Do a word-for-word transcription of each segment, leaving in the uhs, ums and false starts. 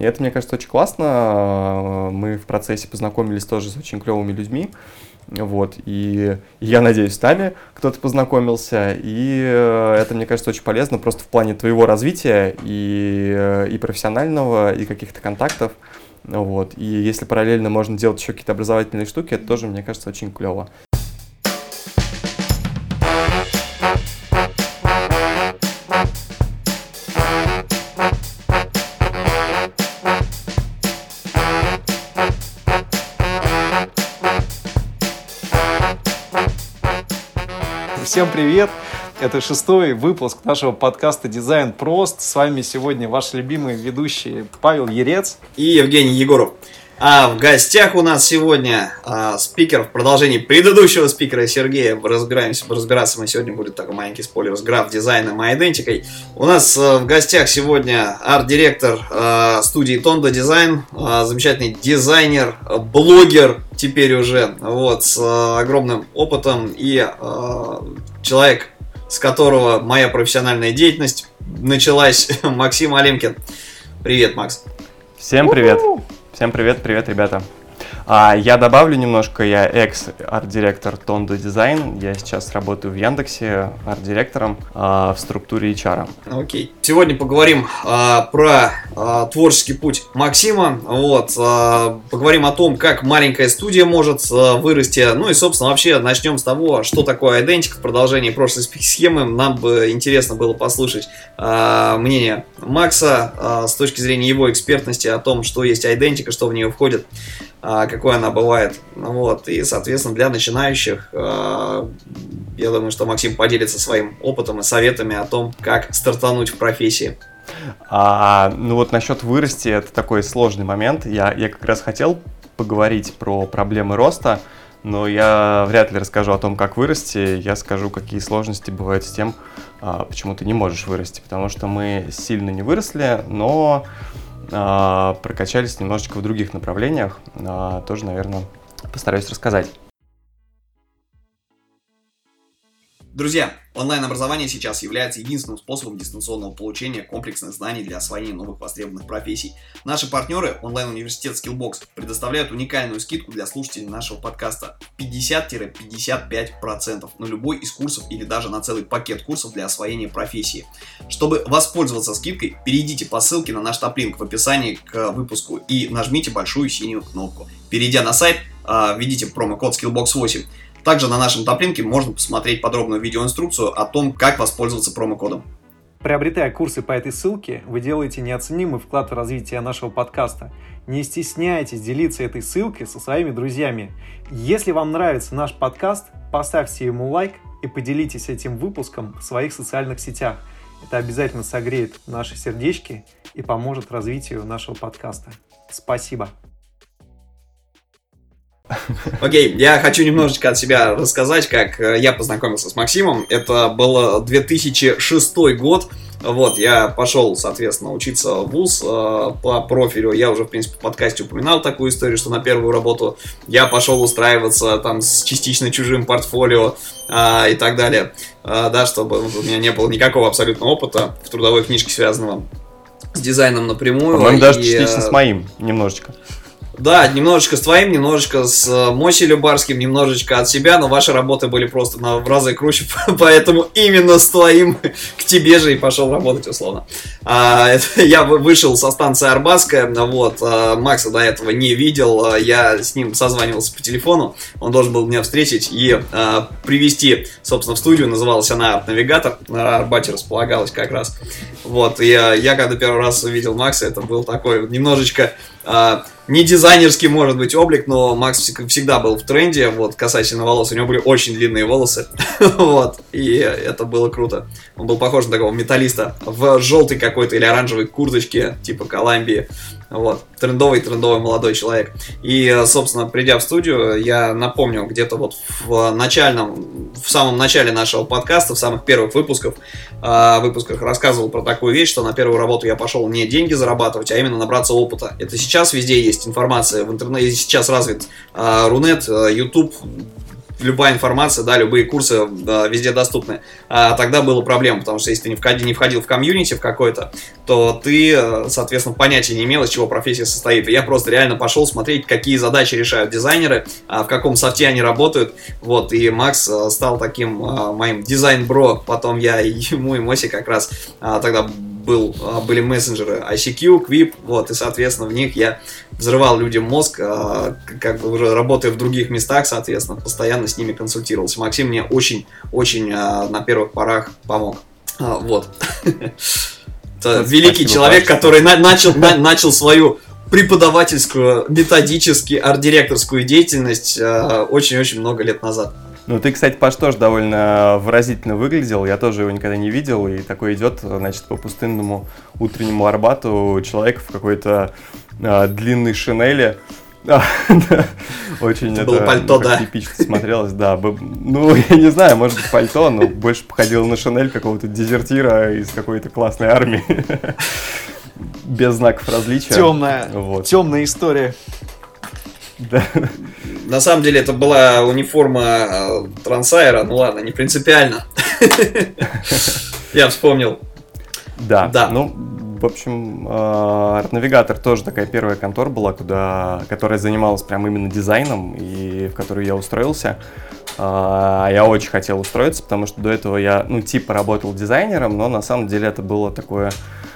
И это, мне кажется, очень классно. Мы в процессе познакомились тоже с очень клевыми людьми. Вот, и я надеюсь, с нами кто-то познакомился, и это, мне кажется, очень полезно просто в плане твоего развития и, и профессионального, и каких-то контактов, вот, и если параллельно можно делать еще какие-то образовательные штуки, это тоже, мне кажется, очень клево. Всем привет! Это шестой выпуск нашего подкаста «Дизайн прост». С вами сегодня ваши любимые ведущие Павел Ерец и Евгений Егоров. А в гостях у нас сегодня а, спикер в продолжении предыдущего спикера Сергея. Разбираемся, разбираться мы сегодня, будет такой маленький спойлер, с граф-дизайном и айдентикой. У нас а, в гостях сегодня арт-директор а, студии Tondo Design, а, замечательный дизайнер, блогер теперь уже, вот, с а, огромным опытом и а, человек, с которого моя профессиональная деятельность началась, Максим Алимкин. Привет, Макс. Всем привет. Всем привет, привет, ребята. А, я добавлю немножко, я экс-арт-директор Tondo Design, я сейчас работаю в Яндексе арт-директором а, в структуре эйч ар. Окей. Сегодня поговорим а, про а, творческий путь Максима, вот, а, поговорим о том, как маленькая студия может а, вырасти, ну и, собственно, вообще начнем с того, что такое айдентика в продолжении прошлой схемы. Нам бы интересно было послушать а, мнение Макса а, с точки зрения его экспертности о том, что есть айдентика, что в нее входит, какой она бывает. Вот. И, соответственно, для начинающих, я думаю, что Максим поделится своим опытом и советами о том, как стартануть в профессии. А, ну вот насчет вырасти, это такой сложный момент. Я, я как раз хотел поговорить про проблемы роста, но я вряд ли расскажу о том, как вырасти. Я скажу, какие сложности бывают с тем, почему ты не можешь вырасти. Потому что мы сильно не выросли, но прокачались немножечко в других направлениях. Тоже, наверное, постараюсь рассказать. Друзья, онлайн-образование сейчас является единственным способом дистанционного получения комплексных знаний для освоения новых востребованных профессий. Наши партнеры, онлайн-университет Skillbox, предоставляют уникальную скидку для слушателей нашего подкаста пятьдесят - пятьдесят пять процентов на любой из курсов или даже на целый пакет курсов для освоения профессии. Чтобы воспользоваться скидкой, перейдите по ссылке на наш топ-линк в описании к выпуску и нажмите большую синюю кнопку. Перейдя на сайт, введите промокод скиллбокс восемь. Также на нашем топ-линке можно посмотреть подробную видеоинструкцию о том, как воспользоваться промокодом. Приобретая курсы по этой ссылке, вы делаете неоценимый вклад в развитие нашего подкаста. Не стесняйтесь делиться этой ссылкой со своими друзьями. Если вам нравится наш подкаст, поставьте ему лайк и поделитесь этим выпуском в своих социальных сетях. Это обязательно согреет наши сердечки и поможет развитию нашего подкаста. Спасибо. Окей, okay, я хочу немножечко от себя рассказать, как я познакомился с Максимом. Это был две тысячи шестой год. Вот, я пошел, соответственно, учиться в вуз э, по профилю. Я уже, в принципе, в подкасте упоминал такую историю, что на первую работу я пошел устраиваться там с частично чужим портфолио э, и так далее. Э, да, чтобы у меня не было никакого абсолютно опыта в трудовой книжке, связанного с дизайном напрямую. По-моему, даже частично с моим, немножечко. Да, немножечко с твоим, немножечко с Мосей Любарским, немножечко от себя, но ваши работы были просто на, в разы круче, поэтому именно с твоим к тебе же и пошел работать, условно. А, это, я вышел со станции Арбатская, вот, а, Макса до этого не видел, я с ним созванивался по телефону, он должен был меня встретить и а, привезти, собственно, в студию, называлась она «Арт-навигатор», на Арбате располагалась как раз. Вот, и я, я когда первый раз увидел Макса, это был такой немножечко... А, не дизайнерский, может быть, облик, но Макс всегда был в тренде, вот, касательно волос. У него были очень длинные волосы, вот, и это было круто. Он был похож на такого металлиста в желтой какой-то или оранжевой курточке, типа Колумбии, вот, трендовый-трендовый молодой человек. И, собственно, придя в студию, я напомню, где-то вот в начальном, в самом начале нашего подкаста, в самых первых выпусках, э, выпусках рассказывал про такую вещь, что на первую работу я пошел не деньги зарабатывать, а именно набраться опыта. Это сейчас везде есть информация в интернете, сейчас развит э, Рунет, э, YouTube, любая информация, да, любые курсы да, везде доступны. А тогда была проблема, потому что если ты не входил, не входил в комьюнити в какой-то, то ты, соответственно, понятия не имел, из чего профессия состоит. И я просто реально пошел смотреть, какие задачи решают дизайнеры, в каком софте они работают. Вот, и Макс стал таким моим дизайн-бро. Потом я ему и Мосе как раз тогда был, были мессенджеры ай си кью, Quip, вот, и, соответственно, в них я взрывал людям мозг, как бы уже работая в других местах, соответственно, постоянно с ними консультировался. Максим мне очень-очень на первых порах помог. Вот. Это великий человек, который начал, начал свою преподавательскую, методически, арт-директорскую деятельность очень-очень много лет назад. Ну, ты, кстати, Паш, тоже довольно выразительно выглядел, я тоже его никогда не видел, и такой идет, значит, по пустынному утреннему Арбату человек в какой-то а, длинной шинели. Очень это, это пальто, да. Типично смотрелось, да. Ну, я не знаю, может быть, пальто, но больше походило на шинель какого-то дезертира из какой-то классной армии. Без знаков различия. Темная, вот. Темная история. Да. На самом деле это была униформа Трансайра, ну ладно, не принципиально. Я вспомнил. Да, да. Ну, в общем, Арт-навигатор тоже такая первая контора была, куда, которая занималась прям именно дизайном, и в которую я устроился. Я очень хотел устроиться, потому что до этого я, ну, типа работал дизайнером, но на самом деле это было такое...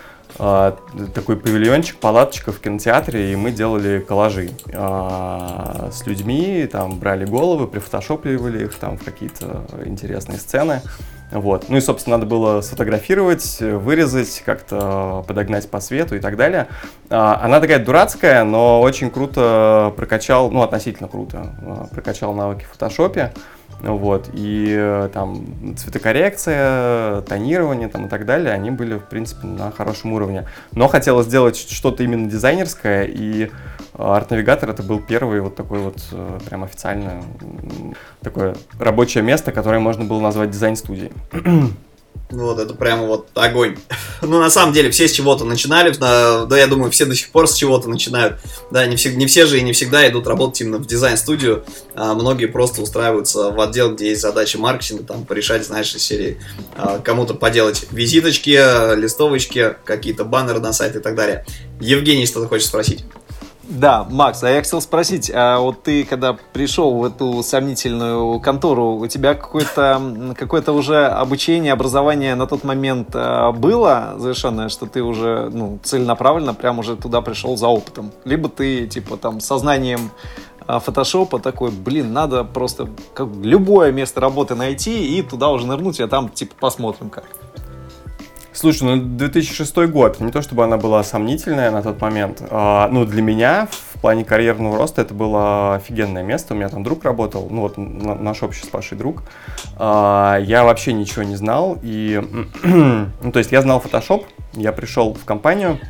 такой павильончик, палаточка в кинотеатре, и мы делали коллажи а, с людьми, там брали головы, прифотошопливали их там в какие-то интересные сцены. Вот. Ну и, собственно, надо было сфотографировать, вырезать, как-то подогнать по свету и так далее. А, она такая дурацкая, но очень круто прокачал, ну, относительно круто прокачал навыки в фотошопе. Вот, и там цветокоррекция, тонирование там, и так далее, они были, в принципе, на хорошем уровне. Но хотелось сделать что-то именно дизайнерское, и Арт-навигатор это был первый вот такой вот прям официально такое рабочее место, которое можно было назвать дизайн-студией. Вот, это прямо вот огонь. Ну, на самом деле, все с чего-то начинали, да, да, я думаю, все до сих пор с чего-то начинают. Да, не все, не все же и не всегда идут работать именно в дизайн-студию. А многие просто устраиваются в отдел, где есть задачи маркетинга, там, порешать, знаешь, из серии а, кому-то поделать визиточки, листовочки, какие-то баннеры на сайт и так далее. Евгений, что ты хочешь спросить? Да, Макс, а я хотел спросить, а вот ты, когда пришел в эту сомнительную контору, у тебя какое-то, какое-то уже обучение, образование на тот момент было завершенное, что ты уже, ну, целенаправленно прям уже туда пришел за опытом? Либо ты, типа, там, сознанием фотошопа такой, блин, надо просто как, любое место работы найти и туда уже нырнуть, а там, типа, посмотрим как. Слушай, ну две тысячи шестой год, не то чтобы она была сомнительная на тот момент, а, ну для меня в плане карьерного роста это было офигенное место, у меня там друг работал, ну вот наш общий с Пашей друг, а, я вообще ничего не знал, и, ну то есть я знал Photoshop, я пришел в компанию,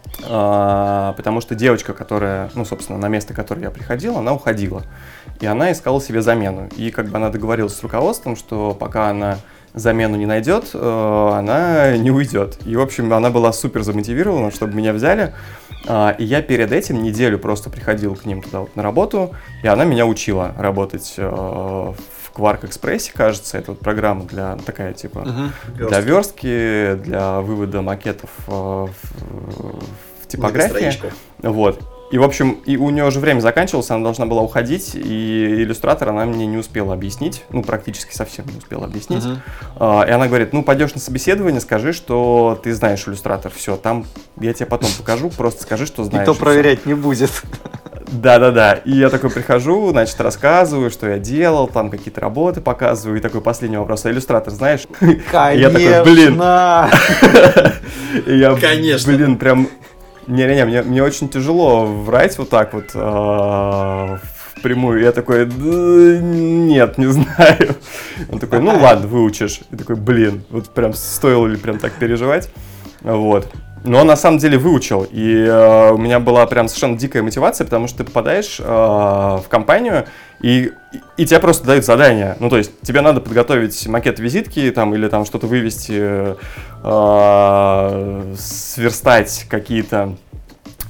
а, потому что девочка, которая, ну собственно на место, которое я приходил, она уходила, и она искала себе замену, и как бы она договорилась с руководством, что пока она замену не найдет, она не уйдет. И, в общем, она была супер замотивирована, чтобы меня взяли. И я перед этим неделю просто приходил к ним туда вот на работу, и она меня учила работать в Quark Express, кажется. Это вот программа для такая, типа, uh-huh. для верстки, для вывода макетов в, в типографии. Вот. И, в общем, и у нее уже время заканчивалось, она должна была уходить, и иллюстратор она мне не успела объяснить, ну, практически совсем не успела объяснить. Uh-huh. А, и она говорит, ну, пойдешь на собеседование, скажи, что ты знаешь иллюстратор, все, там я тебе потом покажу, просто скажи, что знаешь. Никто проверять не будет. Да-да-да, и я такой прихожу, значит, рассказываю, что я делал, там какие-то работы показываю, и такой последний вопрос, а иллюстратор знаешь? Конечно! Я такой, блин! Я, конечно! Блин, прям... Не-не-не, мне, мне очень тяжело врать вот так вот э, впрямую. Я такой, да, нет, не знаю. Он такой, ну ладно, выучишь. И такой, блин, вот прям стоило ли прям так переживать. Вот. Но он на самом деле выучил, и э, у меня была прям совершенно дикая мотивация, потому что ты попадаешь э, в компанию, и, и, и тебе просто дают задание. Ну, то есть тебе надо подготовить макет визитки там, или там что-то вывести, э, сверстать какие-то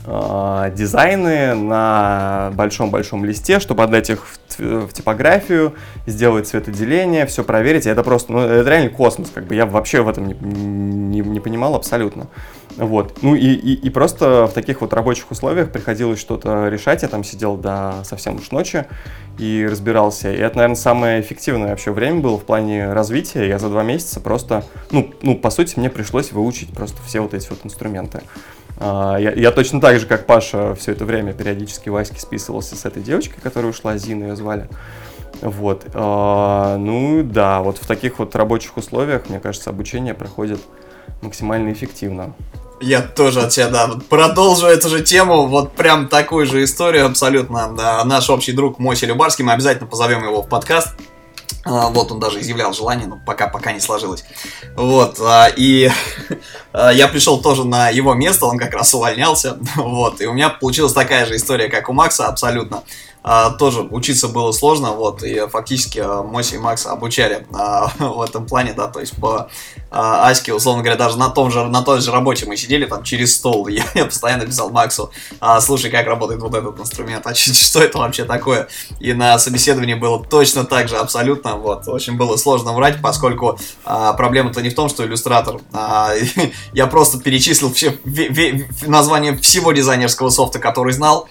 э, дизайны на большом-большом листе, чтобы отдать их в, в типографию, сделать цветоделение, все проверить. И это просто, ну, это реально космос, как бы я вообще в этом не, не, не понимал абсолютно. Вот. Ну и, и, и просто в таких вот рабочих условиях приходилось что-то решать. Я там сидел до совсем уж ночи и разбирался. И это, наверное, самое эффективное вообще время было в плане развития. Я за два месяца просто, ну, ну по сути, мне пришлось выучить просто все вот эти вот инструменты. Я, я точно так же, как Паша, все это время периодически Ваське списывался с этой девочкой, которая ушла, Зина ее звали. Вот. Ну да, вот в таких вот рабочих условиях, мне кажется, обучение проходит максимально эффективно. Я тоже от себя, да, продолжу эту же тему, вот прям такую же историю абсолютно. Да, наш общий друг Мося Любарский, мы обязательно позовем его в подкаст. Вот, он даже изъявлял желание, но пока, пока не сложилось. Вот, и я пришел тоже на его место, он как раз увольнялся. Вот, и у меня получилась такая же история, как у Макса, абсолютно. А, тоже учиться было сложно, вот, и фактически а, Мося и Макс обучали а, в этом плане, да, то есть по а, Аське, условно говоря, даже на том же, на той же работе мы сидели там через стол, и я, я постоянно писал Максу, а, слушай, как работает вот этот инструмент, а что это вообще такое, и на собеседовании было точно так же, абсолютно, вот, очень было сложно врать, поскольку а, проблема-то не в том, что иллюстратор, а, я просто перечислил все, ве, ве, название всего дизайнерского софта, который знал.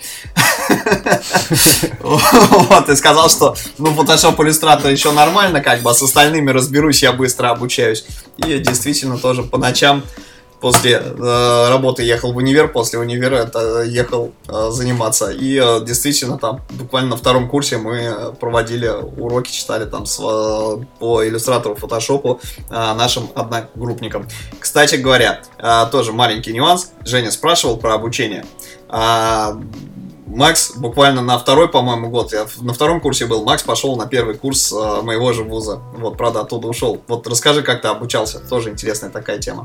Вот, и сказал, что, ну, Photoshop, Illustrator еще нормально, как бы, а с остальными разберусь, я быстро обучаюсь. И действительно тоже по ночам после э, работы ехал в универ, после универа это ехал э, заниматься. И э, действительно там буквально на втором курсе мы проводили уроки, читали там с, э, по иллюстратору, фотошопу э, нашим одногруппникам. Кстати говоря, э, тоже маленький нюанс. Женя спрашивал про обучение. Э, Макс буквально на второй, по-моему, год, я на втором курсе был, Макс пошел на первый курс э, моего же вуза. Вот, правда, оттуда ушел. Вот расскажи, как ты обучался. Тоже интересная такая тема.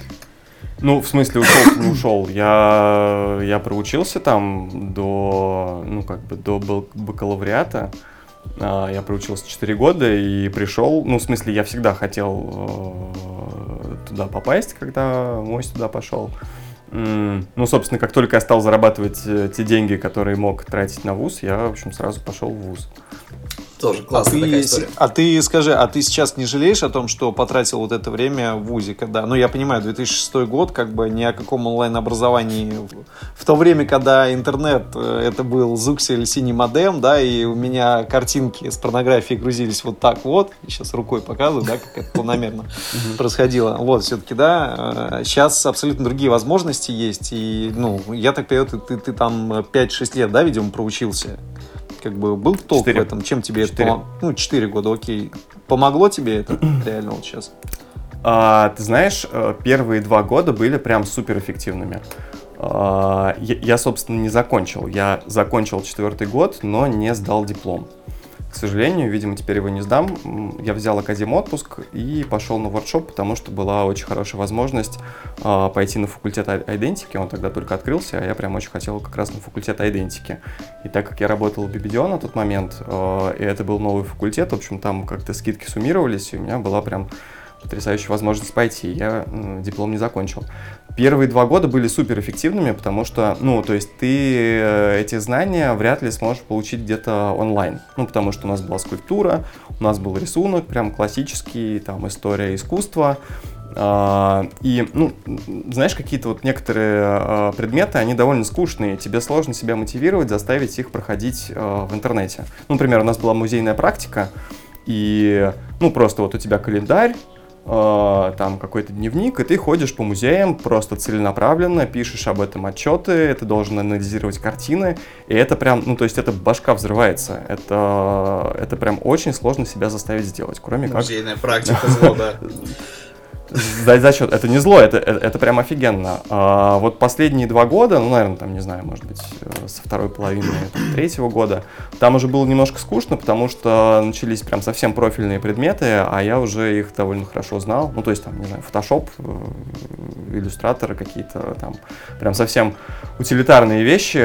Ну, в смысле, ушел, не ушел. Я, я проучился там до, ну, как бы, до бакалавриата. Я проучился четыре года и пришел, ну, в смысле, я всегда хотел э, туда попасть, когда мой туда пошел. Ну, собственно, как только я стал зарабатывать те деньги, которые мог тратить на вуз, я, в общем, сразу пошел в вуз. Тоже классная а такая ты, история. А ты скажи, а ты сейчас не жалеешь о том, что потратил вот это время в вузе? Когда, ну, я понимаю, две тысячи шестой год, как бы ни о каком онлайн-образовании. В то время, когда интернет, это был Зуксель, синий модем, да, и у меня картинки с порнографией грузились вот так вот. Сейчас рукой показываю, да, как это планомерно происходило. Вот, все-таки, да, сейчас абсолютно другие возможности есть. И, ну, я так понимаю, ты, ты, ты там пять-шесть лет, да, видимо, проучился? Как бы был толк четыре. В этом? Чем тебе четыре. Это помогло? Ну, четыре года, окей. Помогло тебе это реально вот сейчас? А, ты знаешь, первые два года были прям суперэффективными. А, я, я, собственно, не закончил. Я закончил четвертый год, но не сдал диплом. К сожалению, видимо, теперь его не сдам. Я взял академ-отпуск и пошел на воркшоп, потому что была очень хорошая возможность э, пойти на факультет айдентики. Он тогда только открылся, а я прям очень хотел как раз на факультет айдентики. И так как я работал в би би ди о на тот момент, э, и это был новый факультет, в общем, там как-то скидки суммировались, и у меня была прям потрясающая возможность пойти. Я э, диплом не закончил. Первые два года были суперэффективными, потому что, ну, то есть ты э, эти знания вряд ли сможешь получить где-то онлайн. Ну, потому что у нас была скульптура, у нас был рисунок, прям классический, там, история искусства. Э, и, ну, знаешь, какие-то вот некоторые э, предметы, они довольно скучные, тебе сложно себя мотивировать, заставить их проходить э, в интернете. Ну, например, у нас была музейная практика, и, ну, просто вот у тебя календарь, там какой-то дневник, и ты ходишь по музеям просто целенаправленно, пишешь об этом отчеты, ты должен анализировать картины, и это прям, ну, то есть это башка взрывается, это, это прям очень сложно себя заставить сделать, кроме как... Музейная практика, зло, да. Сдать зачет, это не зло, это, это, это прям офигенно. А вот последние два года, ну, наверное, там, не знаю, может быть, со второй половины там, третьего года, там уже было немножко скучно, потому что начались прям совсем профильные предметы, а я уже их довольно хорошо знал. Ну, то есть, там, не знаю, Photoshop, иллюстраторы какие-то, там, прям совсем утилитарные вещи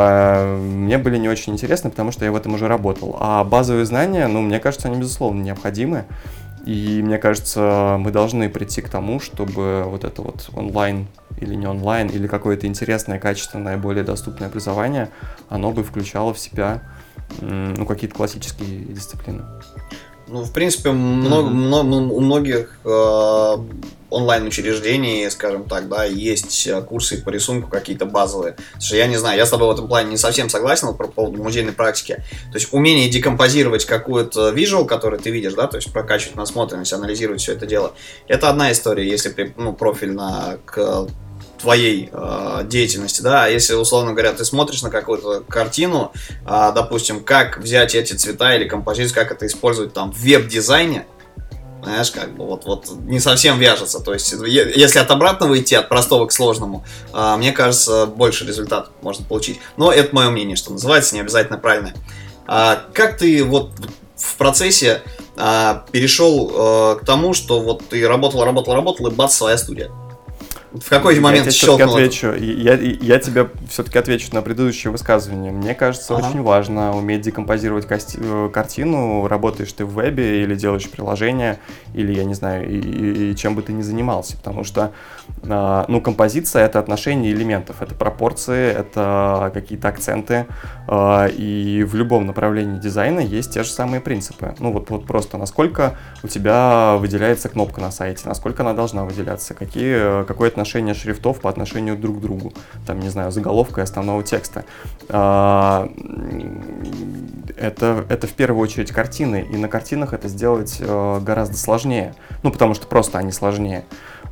мне были не очень интересны, потому что я в этом уже работал. А базовые знания, ну, мне кажется, они, безусловно, необходимы. И мне кажется, мы должны прийти к тому, чтобы вот это вот онлайн или не онлайн, или какое-то интересное, качественное, более доступное образование, оно бы включало в себя ну, какие-то классические дисциплины. Ну, в принципе, много, mm-hmm. много, у многих э, онлайн-учреждений, скажем так, да, есть курсы по рисунку какие-то базовые. Потому что я не знаю, я с тобой в этом плане не совсем согласен вот, по поводу музейной практики. То есть умение декомпозировать какую-то визуал, который ты видишь, да, то есть прокачивать насмотренность, анализировать все это дело. Это одна история, если ну, профильно к твоей э, деятельности, да, а если, условно говоря, ты смотришь на какую-то картину, э, допустим, как взять эти цвета или композицию, как это использовать там в веб-дизайне, знаешь, как бы вот, вот не совсем вяжется, то есть если от обратного идти, от простого к сложному, э, мне кажется, больше результат можно получить, но это мое мнение, что называется, не обязательно правильное. А как ты вот в процессе э, перешел э, к тому, что вот ты работал, работал, работал, и бац, своя студия? В какой момент я щелкнул? Отвечу, я, я тебе все-таки отвечу на предыдущее высказывание. Мне кажется, ага. очень важно уметь декомпозировать кости- картину. Работаешь ты в вебе или делаешь приложение, или, я не знаю, и, и, и чем бы ты ни занимался. Потому что э, ну, композиция — это отношение элементов, это пропорции, это какие-то акценты. Э, и в любом направлении дизайна есть те же самые принципы. Ну вот, вот просто насколько у тебя выделяется кнопка на сайте, насколько она должна выделяться, какие, какое отношение отношение шрифтов по отношению друг к другу, там, не знаю, заголовка и основного текста. Это, это в первую очередь картины, и на картинах это сделать гораздо сложнее, ну, потому что просто они сложнее.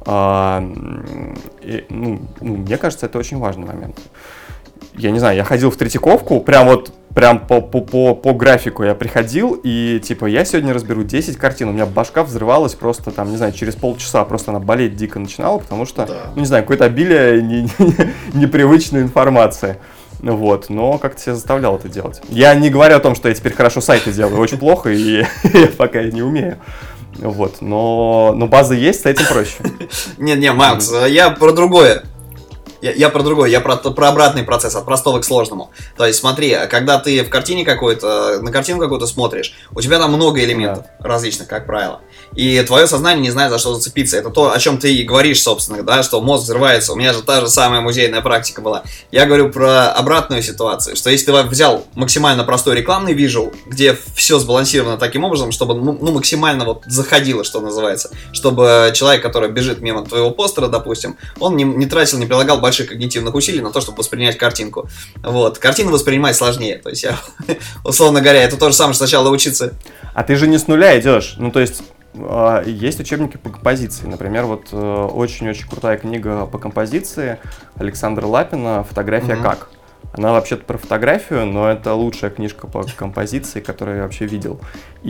И, ну, ну, мне кажется, это очень важный момент. Я не знаю, я ходил в Третьяковку, прям вот Прям по, по, по, по графику я приходил, и типа я сегодня разберу десять картин, у меня башка взрывалась просто там, не знаю, через полчаса просто она болеть дико начинала, потому что, да. ну не знаю, какое-то обилие не, не, непривычной информации. Вот, но как-то себя заставлял это делать. Я не говорю о том, что я теперь хорошо сайты делаю, очень плохо, и я пока не умею. Вот, но, но база есть, с этим проще. Не-не, Макс, я про другое. Я, я про другое, я про, про обратный процесс, от простого к сложному. То есть смотри, когда ты в картине какой-то, на картину какую-то смотришь, у тебя там много элементов да. различных, как правило. И твое сознание не знает, за что зацепиться. Это то, о чем ты и говоришь, собственно, да, что мозг взрывается. У меня же та же самая музейная практика была. Я говорю про обратную ситуацию, что если ты взял максимально простой рекламный визуал, где все сбалансировано таким образом, чтобы ну, максимально вот заходило, что называется, чтобы человек, который бежит мимо твоего постера, допустим, он не, не тратил, не прилагал больших когнитивных усилий на то, чтобы воспринять картинку. Вот. Картину воспринимать сложнее. То есть я, условно говоря, это то же самое, что сначала учиться. А ты же не с нуля идешь. Ну, то есть есть учебники по композиции. Например, вот очень-очень крутая книга по композиции Александра Лапина «Фотография mm-hmm. как?». Она вообще-то про фотографию, но это лучшая книжка по композиции, которую я вообще видел.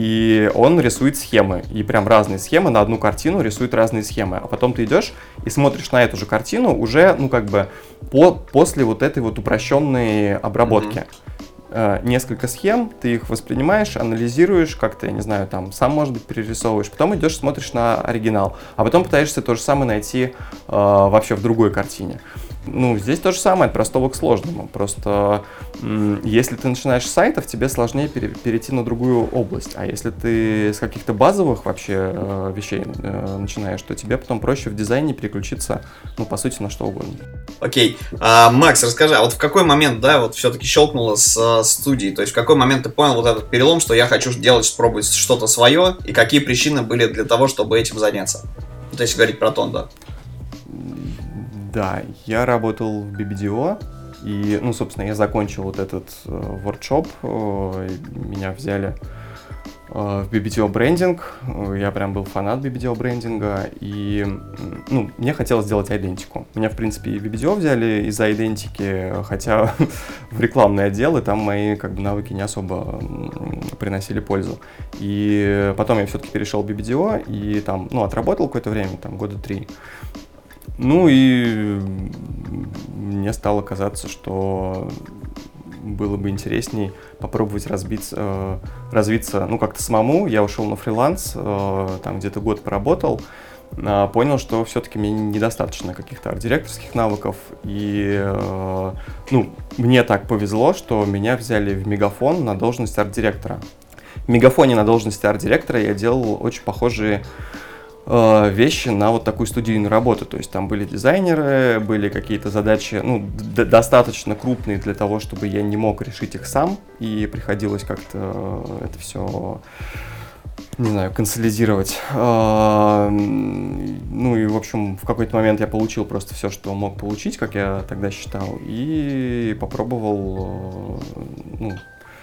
И он рисует схемы, и прям разные схемы, на одну картину рисует разные схемы. А потом ты идешь и смотришь на эту же картину уже, ну как бы, по, после вот этой вот упрощенной обработки. Mm-hmm. Несколько схем, ты их воспринимаешь, анализируешь, как-то, я не знаю, там, сам, может быть, перерисовываешь, потом идешь, смотришь на оригинал, а потом пытаешься то же самое найти э, вообще в другой картине. Ну, здесь то же самое, от простого к сложному. Просто м- если ты начинаешь с сайтов, тебе сложнее пере- перейти на другую область. А если ты с каких-то базовых вообще э, вещей э, начинаешь, то тебе потом проще в дизайне переключиться, ну, по сути, на что угодно. Окей. А, Макс, расскажи, а вот в какой момент, да, вот все-таки щелкнуло с а, студией? То есть в какой момент ты понял вот этот перелом, что я хочу делать, спробовать что-то свое, и какие причины были для того, чтобы этим заняться? То есть говорить про тон, да. Да, я работал в би би ди о, и, ну, собственно, я закончил вот этот э, воркшоп, э, меня взяли э, в би би ди о брендинг, я прям был фанат би би ди о брендинга, и, ну, мне хотелось сделать идентику. Меня, в принципе, и в би би ди о взяли из-за идентики, хотя в рекламный отдел, и там мои, как бы, навыки не особо приносили пользу. И потом я все-таки перешел в би би ди о, и там, ну, отработал какое-то время, там, года три. Ну и мне стало казаться, что было бы интересней попробовать разбиться, э, развиться, ну, как-то самому. Я ушел на фриланс, э, там где-то год поработал, э, понял, что все-таки мне недостаточно каких-то арт-директорских навыков. И, э, ну, мне так повезло, что меня взяли в Мегафон на должность арт-директора. В Мегафоне на должности арт-директора я делал очень похожие э, вещи на вот такую студийную работу. То есть там были дизайнеры, были какие-то задачи, ну, д- достаточно крупные для того, чтобы я не мог решить их сам, и приходилось как-то это все, не знаю, консолидировать. А, ну и, в общем, в какой-то момент я получил просто все, что мог получить, как я тогда считал, и попробовал, ну,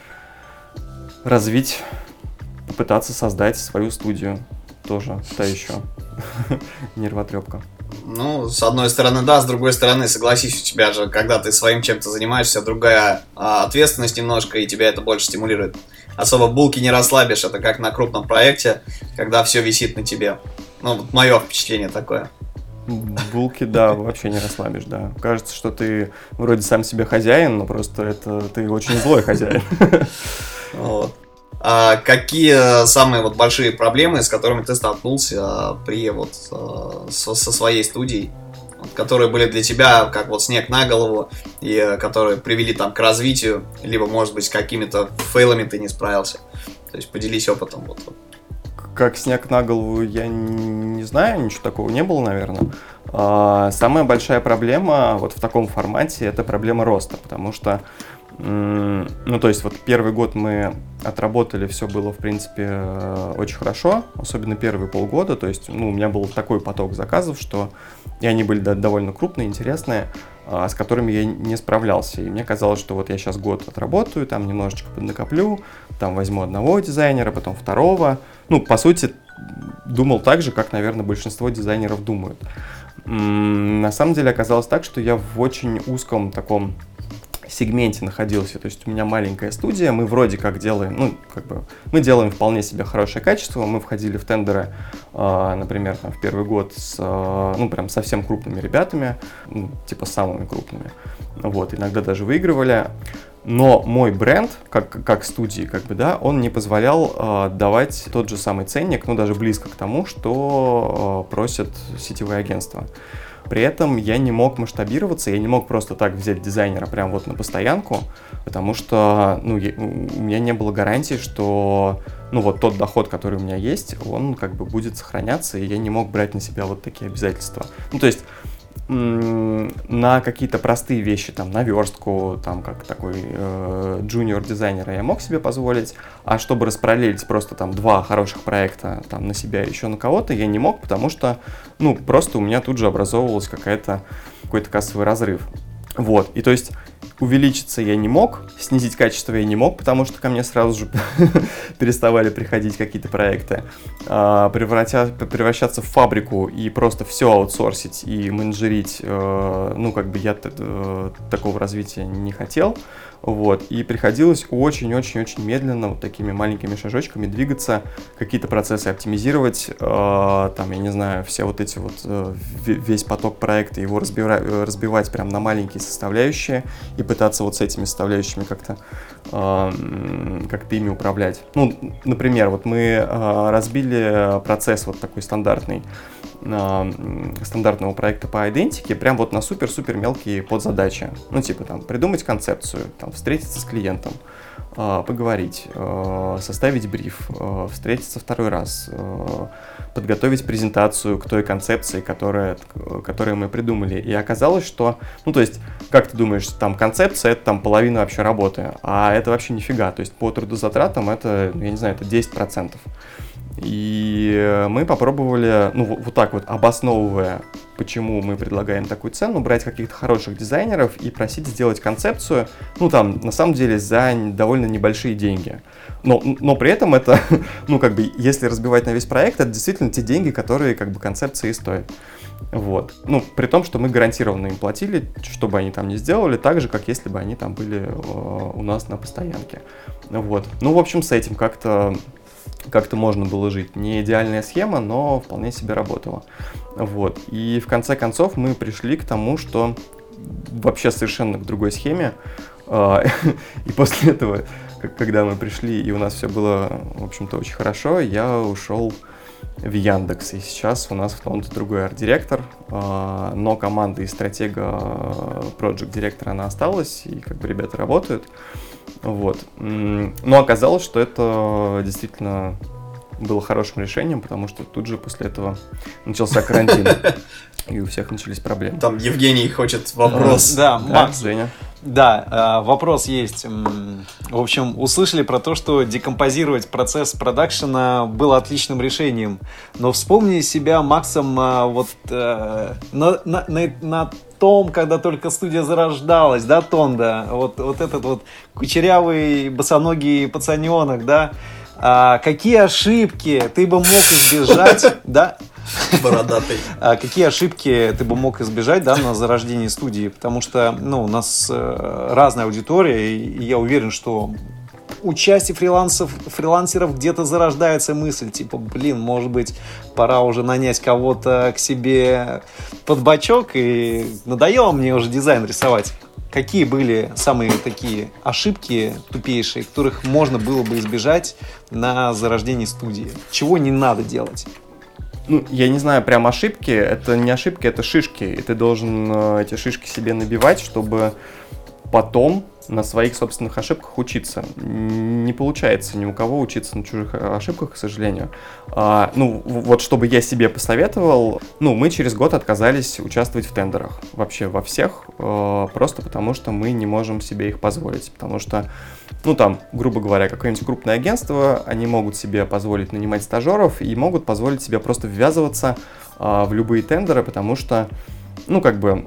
развить, попытаться создать свою студию. Тоже та еще нервотрепка. Ну, с одной стороны, да, с другой стороны, согласись, у тебя же, когда ты своим чем-то занимаешься, другая а, ответственность немножко, и тебя это больше стимулирует. Особо булки не расслабишь, это как на крупном проекте, когда все висит на тебе. Ну, вот мое впечатление такое. Булки, да, вообще не расслабишь, да. Кажется, что ты вроде сам себе хозяин, но просто это ты очень злой хозяин. Вот. А какие самые вот большие проблемы, с которыми ты столкнулся при вот со, со своей студией, вот, которые были для тебя как вот снег на голову и которые привели там к развитию, либо может быть с какими-то фейлами ты не справился? То есть поделись опытом. Вот. Как снег на голову, я не знаю, ничего такого не было, наверное. А, самая большая проблема вот в таком формате — это проблема роста, потому что, ну, то есть вот первый год мы отработали, все было, в принципе, очень хорошо, особенно первые полгода, то есть, ну, у меня был такой поток заказов, что и они были довольно крупные, интересные, с которыми я не справлялся, и мне казалось, что вот я сейчас год отработаю, там немножечко поднакоплю, там возьму одного дизайнера, потом второго, ну, по сути, думал так же, как, наверное, большинство дизайнеров думают. На самом деле оказалось так, что я в очень узком таком сегменте находился, то есть у меня маленькая студия, мы вроде как делаем, ну, как бы, мы делаем вполне себе хорошее качество, мы входили в тендеры, э, например, там, в первый год с, э, ну, прям совсем крупными ребятами, ну, типа самыми крупными, вот, иногда даже выигрывали, но мой бренд, как, как студии, как бы, да, он не позволял э, давать тот же самый ценник, ну, даже близко к тому, что э, просят сетевые агентства. При этом я не мог масштабироваться, я не мог просто так взять дизайнера прям вот на постоянку, потому что, ну, я, у меня не было гарантии, что, ну, вот тот доход, который у меня есть, он как бы будет сохраняться, и я не мог брать на себя вот такие обязательства. Ну, то есть м- на какие-то простые вещи, там, на верстку, там, как такой э, джуниор-дизайнера я мог себе позволить, а чтобы распараллелить просто там два хороших проекта там на себя и еще на кого-то, я не мог, потому что, ну, просто у меня тут же образовывалась какая-то, какой-то кассовый разрыв. Вот, и то есть увеличиться я не мог, снизить качество я не мог, потому что ко мне сразу же переставали приходить какие-то проекты, а, превратя, превращаться в фабрику и просто все аутсорсить и менеджерить, э, ну, как бы я э, такого развития не хотел, вот, и приходилось очень-очень-очень медленно, вот такими маленькими шажочками двигаться, какие-то процессы оптимизировать, э, там, я не знаю, все вот эти вот, э, весь поток проекта, его разбира- разбивать прям на маленькие составляющие и пытаться вот с этими составляющими как-то, э, как-то ими управлять. Ну, например, вот мы э, разбили процесс вот такой стандартный, э, стандартного проекта по идентике прям вот на супер-супер мелкие подзадачи. Ну, типа там придумать концепцию, там, встретиться с клиентом, э, поговорить, э, составить бриф, э, встретиться второй раз, э, подготовить презентацию к той концепции, которая, которую мы придумали. И оказалось, что, ну, то есть, как ты думаешь, там концепция — это там половина вообще работы, а это вообще нифига. То есть по трудозатратам это, я не знаю, это десять процентов. И мы попробовали, ну, вот так вот, обосновывая, почему мы предлагаем такую цену, брать каких-то хороших дизайнеров и просить сделать концепцию, ну, там, на самом деле, за довольно небольшие деньги. Но, но при этом это, ну, как бы, если разбивать на весь проект, это действительно те деньги, которые, как бы, концепции стоят. Вот. Ну, при том, что мы гарантированно им платили, что бы они там не сделали, так же, как если бы они там были э, у нас на постоянке. Вот. Ну, в общем, с этим как-то как-то можно было жить. Не идеальная схема, но вполне себе работала. Вот. И в конце концов мы пришли к тому, что вообще совершенно к другой схеме. И после этого, когда мы пришли, и у нас все было, в общем-то, очень хорошо, я ушел в Яндекс. И сейчас у нас в том-то другой арт-директор, э, но команда и стратега проект-директора она осталась, и как бы ребята работают. Вот. Но оказалось, что это действительно было хорошим решением, потому что тут же после этого начался карантин, и у всех начались проблемы. Там Евгений хочет вопрос. Да, Макс, Женя. Да, вопрос есть. В общем, услышали про то, что декомпозировать процесс продакшена было отличным решением. Но вспомни себя Максом вот на, на, на, на том, когда только студия зарождалась, да, Тонда? Вот, вот этот вот кучерявый босоногий пацаненок, да? А какие ошибки ты бы мог избежать, да? Бородатый. А какие ошибки ты бы мог избежать, да, на зарождении студии? Потому что, ну, у нас э, разная аудитория, и я уверен, что у части фрилансов, фрилансеров где-то зарождается мысль, типа, блин, может быть, пора уже нанять кого-то к себе под бочок, и надоело мне уже дизайн рисовать. Какие были самые такие ошибки тупейшие, которых можно было бы избежать на зарождении студии? Чего не надо делать? Ну, я не знаю, прям ошибки. Это не ошибки, это шишки. И ты должен э, эти шишки себе набивать, чтобы потом на своих собственных ошибках учиться. Не получается ни у кого учиться на чужих ошибках, к сожалению. А, ну, вот чтобы я себе посоветовал, ну, мы через год отказались участвовать в тендерах. Вообще во всех. Э, просто потому, что мы не можем себе их позволить. Потому что, ну, там, грубо говоря, какое-нибудь крупное агентство, они могут себе позволить нанимать стажеров и могут позволить себе просто ввязываться э, в любые тендеры, потому что, ну, как бы,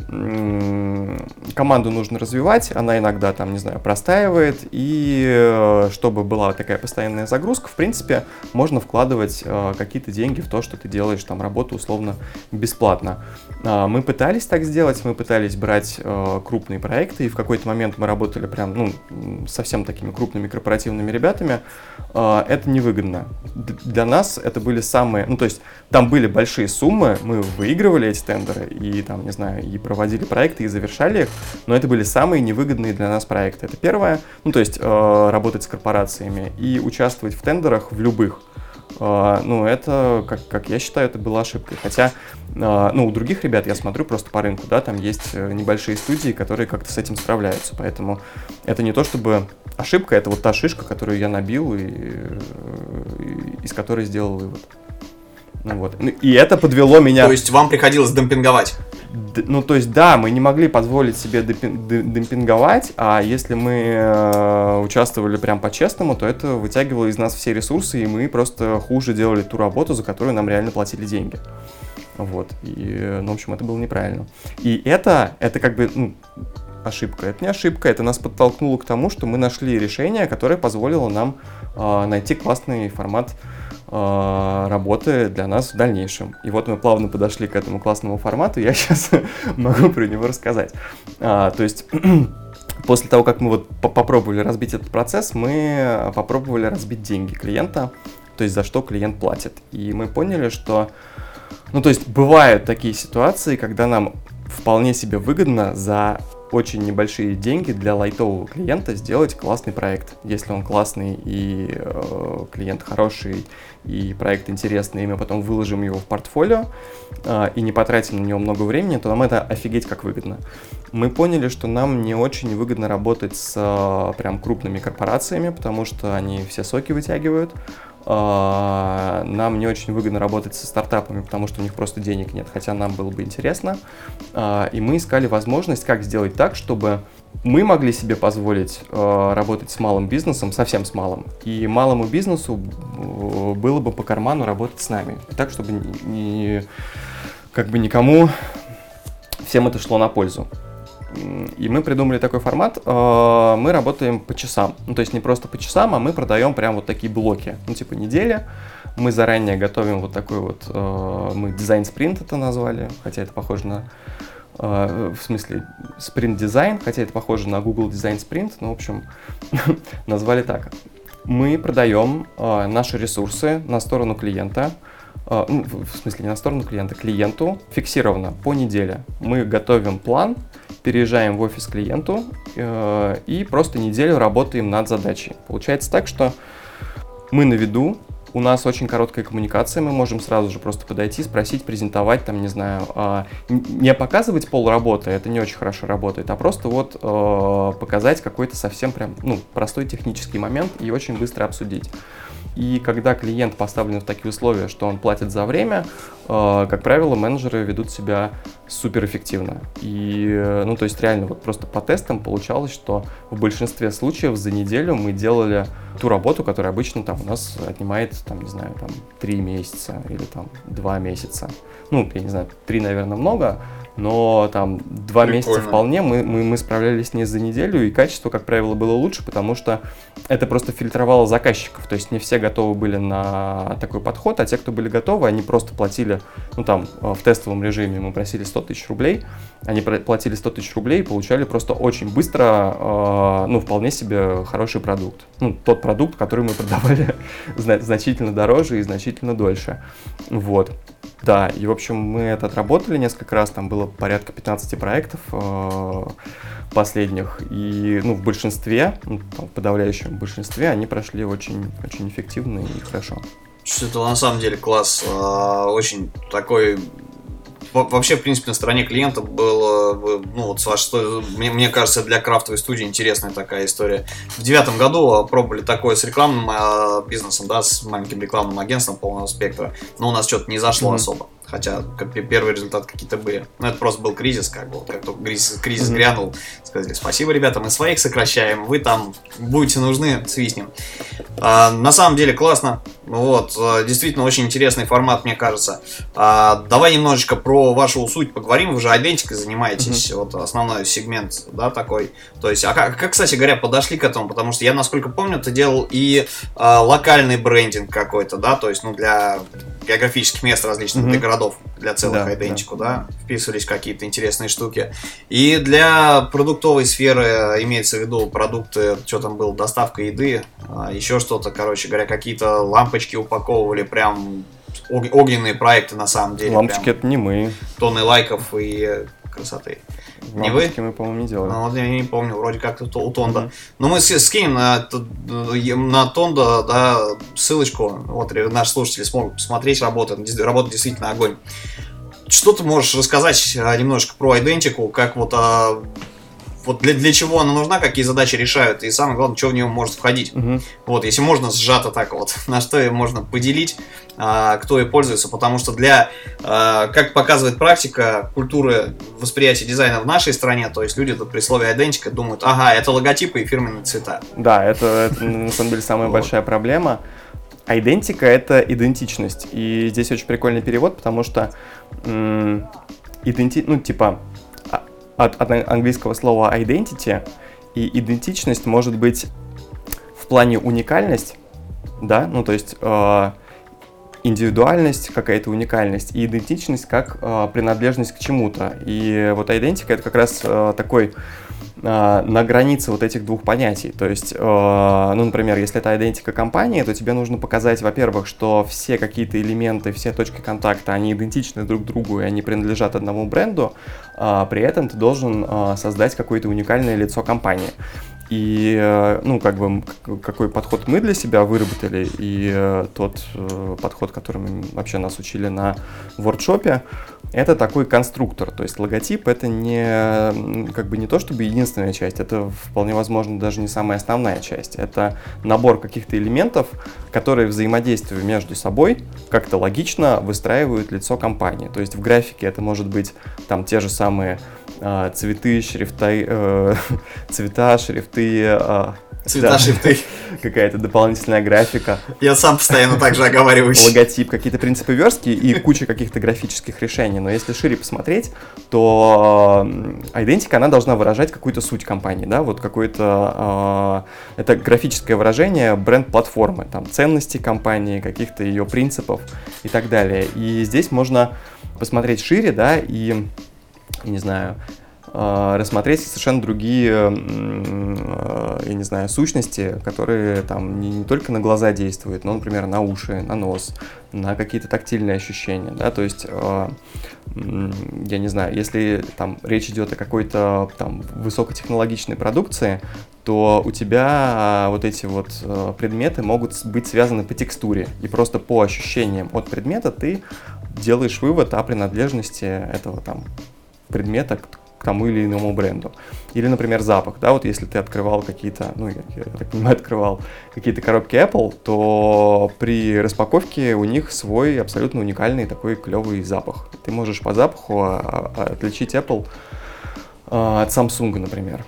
команду нужно развивать, она иногда, там, не знаю, простаивает, и чтобы была такая постоянная загрузка, в принципе, можно вкладывать какие-то деньги в то, что ты делаешь, там, работу условно бесплатно. Мы пытались так сделать, мы пытались брать крупные проекты, и в какой-то момент мы работали прям, ну, совсем такими крупными корпоративными ребятами. Это невыгодно. Для нас это были самые, ну, то есть, там были большие суммы, мы выигрывали эти тендеры, и там, не знаю, и проводили проекты, и завершали их, но это были самые невыгодные для нас проекты. Это первое, ну, то есть, э, работать с корпорациями и участвовать в тендерах в любых. Э, ну, это, как, как я считаю, это была ошибкой. Хотя, э, ну, у других ребят, я смотрю просто по рынку, да, там есть небольшие студии, которые как-то с этим справляются, поэтому это не то чтобы ошибка, это вот та шишка, которую я набил и, и из которой сделал вывод. Ну вот. И это подвело меня... То есть вам приходилось демпинговать? Д- ну, то есть, да, мы не могли позволить себе демпин- демпинговать, а если мы э, участвовали прям по-честному, то это вытягивало из нас все ресурсы, и мы просто хуже делали ту работу, за которую нам реально платили деньги. Вот. И, ну, в общем, это было неправильно. И это, это как бы... Ну, ошибка. Это не ошибка, это нас подтолкнуло к тому, что мы нашли решение, которое позволило нам э, найти классный формат э, работы для нас в дальнейшем. И вот мы плавно подошли к этому классному формату, я сейчас могу про него рассказать. А, то есть, после того, как мы вот попробовали разбить этот процесс, мы попробовали разбить деньги клиента, то есть за что клиент платит. И мы поняли, что, ну, то есть, бывают такие ситуации, когда нам вполне себе выгодно за очень небольшие деньги для лайтового клиента сделать классный проект. Если он классный и э, клиент хороший, и проект интересный, и мы потом выложим его в портфолио э, и не потратим на него много времени, то нам это офигеть как выгодно. Мы поняли, что нам не очень выгодно работать с э, прям крупными корпорациями, потому что они все соки вытягивают. Uh, нам не очень выгодно работать со стартапами, потому что у них просто денег нет, хотя нам было бы интересно. Uh, и мы искали возможность, как сделать так, чтобы мы могли себе позволить uh, работать с малым бизнесом, совсем с малым, и малому бизнесу uh, было бы по карману работать с нами. Так, чтобы не, как бы никому, всем это шло на пользу. И мы придумали такой формат, мы работаем по часам, ну то есть не просто по часам, а мы продаем прям вот такие блоки, ну типа неделя, мы заранее готовим вот такой вот, мы дизайн-спринт это назвали, хотя это похоже на, в смысле спринт-дизайн, хотя это похоже на Google дизайн-спринт, ну в общем назвали так. Мы продаем наши ресурсы на сторону клиента, ну, в смысле не на сторону клиента, клиенту фиксированно по неделе. Мы готовим план, переезжаем в офис клиенту э, и просто неделю работаем над задачей. Получается так, что мы на виду, у нас очень короткая коммуникация, мы можем сразу же просто подойти, спросить, презентовать, там, не знаю, э, не показывать полработы, это не очень хорошо работает, а просто вот э, показать какой-то совсем прям, ну, простой технический момент и очень быстро обсудить. И когда клиент поставлен в такие условия, что он платит за время, э, как правило, менеджеры ведут себя суперэффективно. И, э, ну, то есть реально вот просто по тестам получалось, что в большинстве случаев за неделю мы делали ту работу, которая обычно там у нас отнимает, там, не знаю, там три месяца или там два месяца. Ну, я не знаю, три, наверное, много, но там два Прикольно. месяца вполне мы, мы, мы справлялись не за неделю, и качество, как правило, было лучше, потому что это просто фильтровало заказчиков, то есть не все готовы были на такой подход, а те, кто были готовы, они просто платили, ну там в тестовом режиме мы просили сто тысяч рублей, они платили сто тысяч рублей и получали просто очень быстро, э, ну вполне себе хороший продукт, ну тот продукт, который мы продавали значительно дороже и значительно дольше, вот. Да, и, в общем, мы это отработали несколько раз, там было порядка пятнадцать проектов э, последних, и, ну, в большинстве, ну, там, в подавляющем большинстве, они прошли очень, очень эффективно и хорошо. Что это на самом деле класс, э, очень такой... Вообще, в принципе, на стороне клиента было, ну, вот, что, мне, мне кажется, для крафтовой студии интересная такая история. В девятом году пробовали такое с рекламным э, бизнесом, да, с маленьким рекламным агентством полного спектра, но у нас что-то не зашло mm-hmm. особо. Хотя как, первые результаты какие-то были. Но это просто был кризис, как бы, вот, как только кризис, кризис mm-hmm. грянул, сказали: спасибо, ребята, мы своих сокращаем, вы там будете нужны, свистнем. А, на самом деле классно. Вот, действительно очень интересный формат, мне кажется. А, давай немножечко про вашу суть поговорим. Вы же идентикой занимаетесь, mm-hmm. вот основной сегмент, да, такой. То есть, а как, как, кстати говоря, подошли к этому? Потому что я, насколько помню, ты делал и а, локальный брендинг какой-то, да, то есть, ну, для географических мест различных, mm-hmm. для городов, для целых да, идентику, да. да, вписывались какие-то интересные штуки. И для продуктовой сферы имеется в виду продукты, что там было, доставка еды, а, еще что-то, короче говоря, какие-то лампочки упаковывали, прям огненные проекты на самом деле. Лампочки это не мы. Тонны лайков и красоты. Не вы? Лампочки мы, по-моему, не делали. Ну, вот я не помню, вроде как у Тонда. Mm-hmm. Но мы скинем на, на Тонда, да, ссылочку. Вот наши слушатели смогут посмотреть работу. Работа действительно огонь. Что ты можешь рассказать немножко про идентику, как вот, а, вот для, для чего она нужна, какие задачи решают, и самое главное, что в нее может входить. Mm-hmm. Вот, если можно сжато так вот, на что ее можно поделить, а, кто ей пользуется, потому что для, а, как показывает практика, культуры восприятия дизайна в нашей стране, то есть люди при слове идентика думают: ага, это логотипы и фирменные цвета. Да, это, это на самом деле самая вот. большая проблема. А идентика — это идентичность. И здесь очень прикольный перевод, потому что м- иденти... ну, типа, от, от английского слова identity, и идентичность может быть в плане уникальность, да, ну, то есть э, индивидуальность, какая-то уникальность, и идентичность как э, принадлежность к чему-то. И вот идентика — это как раз э, такой на границе вот этих двух понятий. То есть, э, ну, например, если это идентика компании, то тебе нужно показать, во-первых, что все какие-то элементы, все точки контакта, они идентичны друг другу, и они принадлежат одному бренду, э, при этом ты должен э, создать какое-то уникальное лицо компании. И, э, ну, как бы, какой подход мы для себя выработали, и э, тот э, подход, которым вообще нас учили на воркшопе, это такой конструктор, то есть логотип — это не, как бы не то чтобы единственная часть, это вполне возможно даже не самая основная часть. Это набор каких-то элементов, которые взаимодействуя между собой как-то логично выстраивают лицо компании. То есть в графике это может быть там те же самые э, цветы, шрифты, э, цвета, шрифты, э, Цвета, да, шрифты. Какая-то дополнительная графика. Я сам постоянно так же оговариваюсь. Логотип, какие-то принципы верстки и куча каких-то графических решений. Но если шире посмотреть, то идентика, она должна выражать какую-то суть компании, да, вот какое-то, э, это графическое выражение бренд-платформы, там, ценностей компании, каких-то ее принципов и так далее. И здесь можно посмотреть шире, да, и, не знаю, э, рассмотреть совершенно другие, э, я не знаю, сущности, которые там не, не только на глаза действуют, но, например, на уши, на нос, на какие-то тактильные ощущения, да, то есть, э, э, я не знаю, если там речь идет о какой-то там высокотехнологичной продукции, то у тебя вот эти вот э, предметы могут быть связаны по текстуре, и просто по ощущениям от предмета ты делаешь вывод о принадлежности этого там предмета к, к тому или иному бренду. Или, например, запах, да, вот если ты открывал какие-то, ну, я, я так понимаю, открывал какие-то коробки Apple, то при распаковке у них свой абсолютно уникальный такой клевый запах. Ты можешь по запаху а, а, отличить Apple а, от Samsung, например.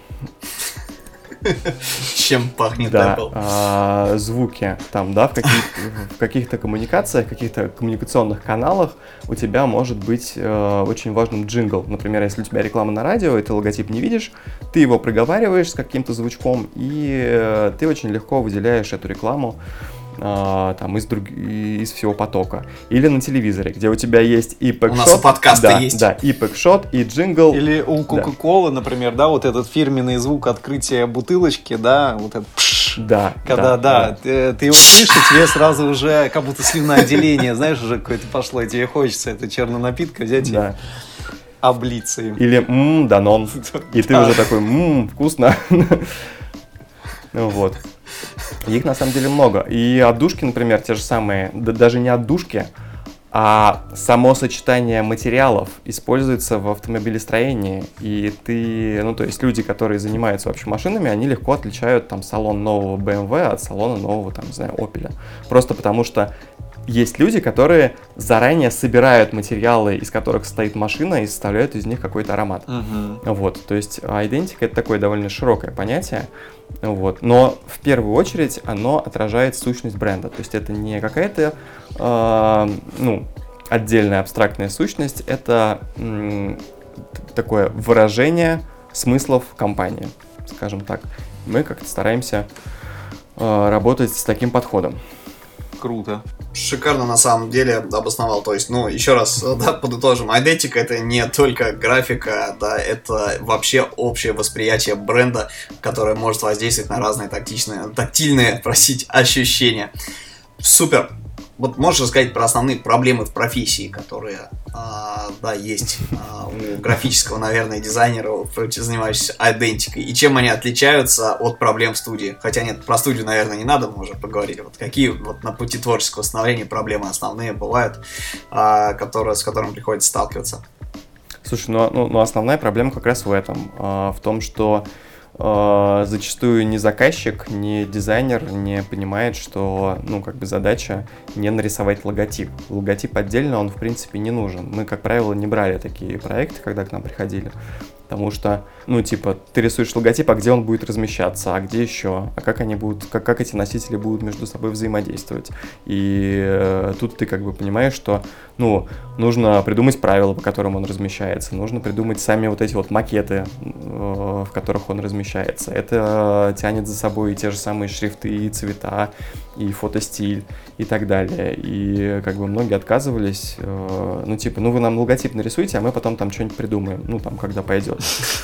Чем пахнет да, Apple? А, звуки там, да, в, каких, в каких-то коммуникациях, в каких-то коммуникационных каналах у тебя может быть э, очень важным джингл. Например, если у тебя реклама на радио, и ты логотип не видишь, ты его проговариваешь с каким-то звучком, и э, ты очень легко выделяешь эту рекламу Uh, там, из, друг... из всего потока. Или на телевизоре, где у тебя есть и пэкшот. У нас и подкасты да, есть. Да, и пэкшот, и джингл. Или у Кока-Колы, да. например, да, вот этот фирменный звук открытия бутылочки, да, вот этот пш, да, когда, да, да, да. Ты, ты его слышишь, тебе сразу уже как будто слюноотделение, знаешь, уже какое-то пошло, и тебе хочется это черный напитка взять да. и облиться им. Или ммм, Данон. И ты уже такой, ммм, вкусно. Ну вот. Их на самом деле много. И отдушки, например, те же самые, да, даже не отдушки, а само сочетание материалов используется в автомобилестроении. И ты, ну то есть люди, которые занимаются вообще машинами, они легко отличают там салон нового бэ эм вэ от салона нового, там, не знаю, Opel. Просто потому что есть люди, которые заранее собирают материалы, из которых состоит машина, и составляют из них какой-то аромат. Uh-huh. Вот, то есть идентика — это такое довольно широкое понятие, вот, но в первую очередь оно отражает сущность бренда, то есть это не какая-то, э, ну, отдельная абстрактная сущность, это м, такое выражение смыслов компании, скажем так. Мы как-то стараемся э, работать с таким подходом. Круто. Шикарно на самом деле обосновал. То есть, ну, еще раз, да, подытожим. Идентика — это не только графика, да, это вообще общее восприятие бренда, которое может воздействовать на разные тактичные, тактильные, простите, ощущения. Супер. Вот можешь рассказать про основные проблемы в профессии, которые, а, да, есть а, у графического, наверное, дизайнера, занимающегося идентикой, и чем они отличаются от проблем в студии? Хотя нет, про студию, наверное, не надо, мы уже поговорили. Вот какие вот на пути творческого становления проблемы основные бывают, а, которые, с которыми приходится сталкиваться? Слушай, ну, ну, ну основная проблема как раз в этом, а, в том, что Uh, зачастую ни заказчик, ни дизайнер не понимает, что, ну, как бы задача не нарисовать логотип. Логотип отдельно, он, в принципе, не нужен. Мы, как правило, не брали такие проекты, когда к нам приходили, потому что, ну, типа, ты рисуешь логотип, а где он будет размещаться, а где еще, а как они будут, как, как эти носители будут между собой взаимодействовать. И э, тут ты, как бы, понимаешь, что, ну, нужно придумать правила, по которым он размещается, нужно придумать сами вот эти вот макеты, э, в которых он размещается. Это тянет за собой и те же самые шрифты, и цвета, и фотостиль, и так далее. И как бы многие отказывались, э, ну типа, ну вы нам логотип нарисуйте, а мы потом там что-нибудь придумаем, ну там, когда пойдет.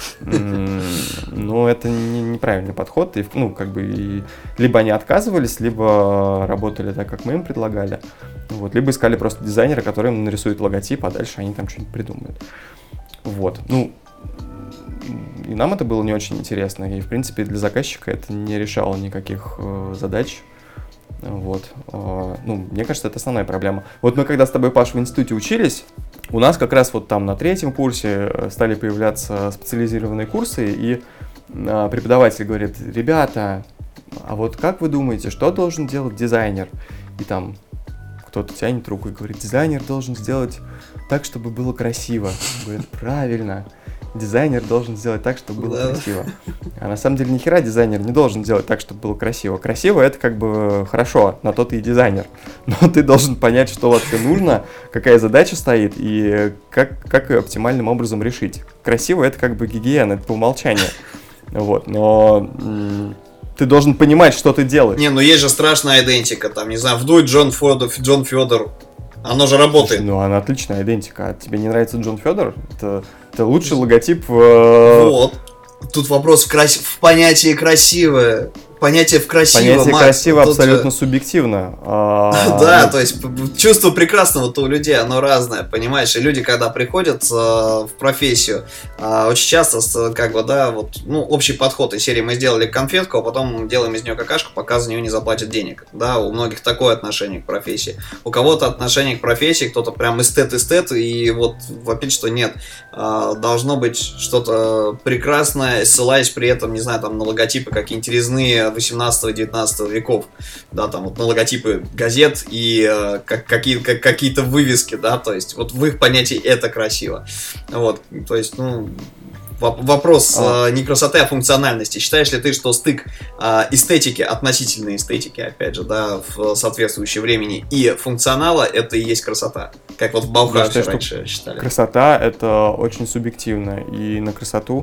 Но это неправильный подход, и, ну как бы, и либо они отказывались, либо работали так, как мы им предлагали, вот, либо искали просто дизайнера, который им нарисует логотип, а дальше они там что-нибудь придумают. Вот, ну, и нам это было не очень интересно, и, в принципе, для заказчика это не решало никаких э, задач, вот, э, ну, мне кажется, это основная проблема. Вот мы когда с тобой, Паш, в институте учились, у нас как раз вот там на третьем курсе стали появляться специализированные курсы, и э, преподаватель говорит: ребята, а вот как вы думаете, что должен делать дизайнер? И там кто-то тянет руку и говорит: дизайнер должен сделать так, чтобы было красиво. Говорит: правильно. Дизайнер должен сделать так, чтобы было да. красиво. А на самом деле ни хера дизайнер не должен делать так, чтобы было красиво. Красиво — это как бы хорошо, на то ты и дизайнер. Но ты должен понять, что вообще нужно, какая задача стоит и как, как ее оптимальным образом решить. Красиво — это как бы гигиена, это по умолчанию. Вот, но м- ты должен понимать, что ты делаешь. Не, ну есть же страшная идентика, там, не знаю, вдует Джон Федор, Джон Федор Оно же работает. Слушай, ну, она отличная идентика. А тебе не нравится Джон Федор? Это, это лучший логотип. Э... Вот. Тут вопрос в, крас... в понятии красивое. Понятие в красиво, Понятие Макс, красиво тут абсолютно же... субъективно. Да, то есть чувство прекрасного-то у людей, оно разное, понимаешь? И люди, когда приходят в профессию, очень часто, как бы, да, вот, ну, общий подход из серии: мы сделали конфетку, а потом делаем из нее какашку, пока за нее не заплатят денег. Да, у многих такое отношение к профессии. У кого-то отношение к профессии, кто-то прям эстет-эстет, и вот вопит, что нет. Должно быть что-то прекрасное, ссылаясь при этом, не знаю, там, на логотипы какие-нибудь резные восемнадцатого-девятнадцатого веков, да, там вот на логотипы газет и э, как, какие, как, какие-то вывески, да, то есть вот в их понятии это красиво. Вот, то есть, ну, вопрос а. э, не красоты, а функциональности. Считаешь ли ты, что стык э, эстетики, относительной эстетики, опять же, да, в соответствующее времени, и функционала, это и есть красота? Как вот в Баухаусе раньше считали. Красота — это очень субъективно, и на красоту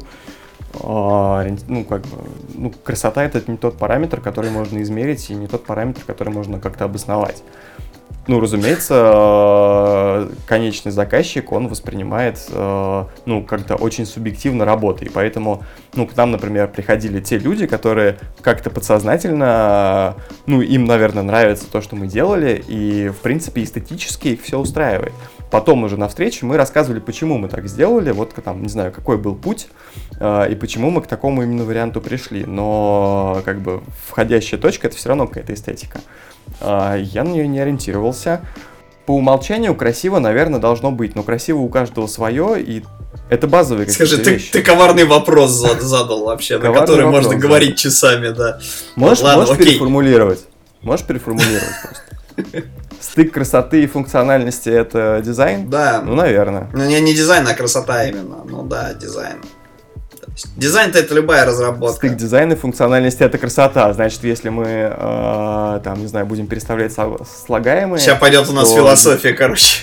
ну, как бы, ну, красота — это не тот параметр, который можно измерить, и не тот параметр, который можно как-то обосновать. Ну, разумеется, конечный заказчик, он воспринимает, ну, как-то очень субъективно работу, и поэтому, ну, к нам, например, приходили те люди, которые как-то подсознательно, ну, им, наверное, нравится то, что мы делали, и, в принципе, эстетически их все устраивает. Потом уже на встрече мы рассказывали, почему мы так сделали, вот там, не знаю, какой был путь, э, и почему мы к такому именно варианту пришли. Но, как бы, входящая точка — это все равно какая-то эстетика. Э, я на нее не ориентировался. По умолчанию красиво, наверное, должно быть, но красиво у каждого свое, и это базовые какие-то Скажи, ты, вещи. ты коварный вопрос задал вообще, на который можно говорить часами, да. Можешь, можешь переформулировать? Можешь переформулировать просто? Стык красоты и функциональности — это дизайн? Да. Ну, наверное. Ну, не, не дизайн, а красота именно. Ну да, дизайн. Дизайн-то это любая разработка. Стык дизайна и функциональности — это красота. Значит, если мы, э, там, не знаю, будем переставлять слагаемые... Сейчас пойдет у нас то... философия, короче.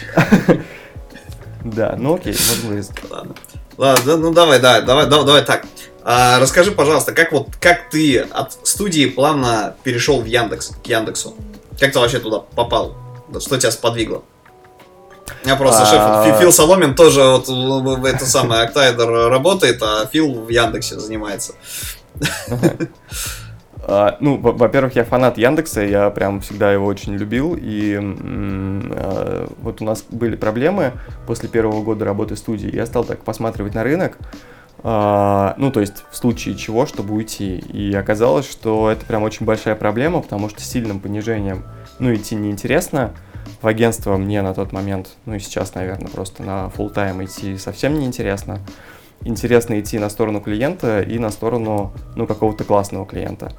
Да, ну окей, можно вырезать. Ладно. Ладно, ну давай, да, давай, давай так. Расскажи, пожалуйста, как вот, как ты от студии плавно перешел в Яндекс, к Яндексу? Как ты вообще туда попал? Что тебя сподвигло? У меня просто шеф Фил Соломин тоже вот это самое Octaedro работает, а Фил в Яндексе занимается. Ну, во-первых, я фанат Яндекса, я прям всегда его очень любил, и вот у нас были проблемы после первого года работы в студии, я стал так посматривать на рынок, ну, то есть в случае чего, чтобы уйти, и оказалось, что это прям очень большая проблема, потому что с сильным понижением, ну, идти неинтересно, в агентство мне на тот момент, ну и сейчас, наверное, просто на фулл-тайм идти совсем неинтересно. Интересно идти на сторону клиента и на сторону, ну, какого-то классного клиента.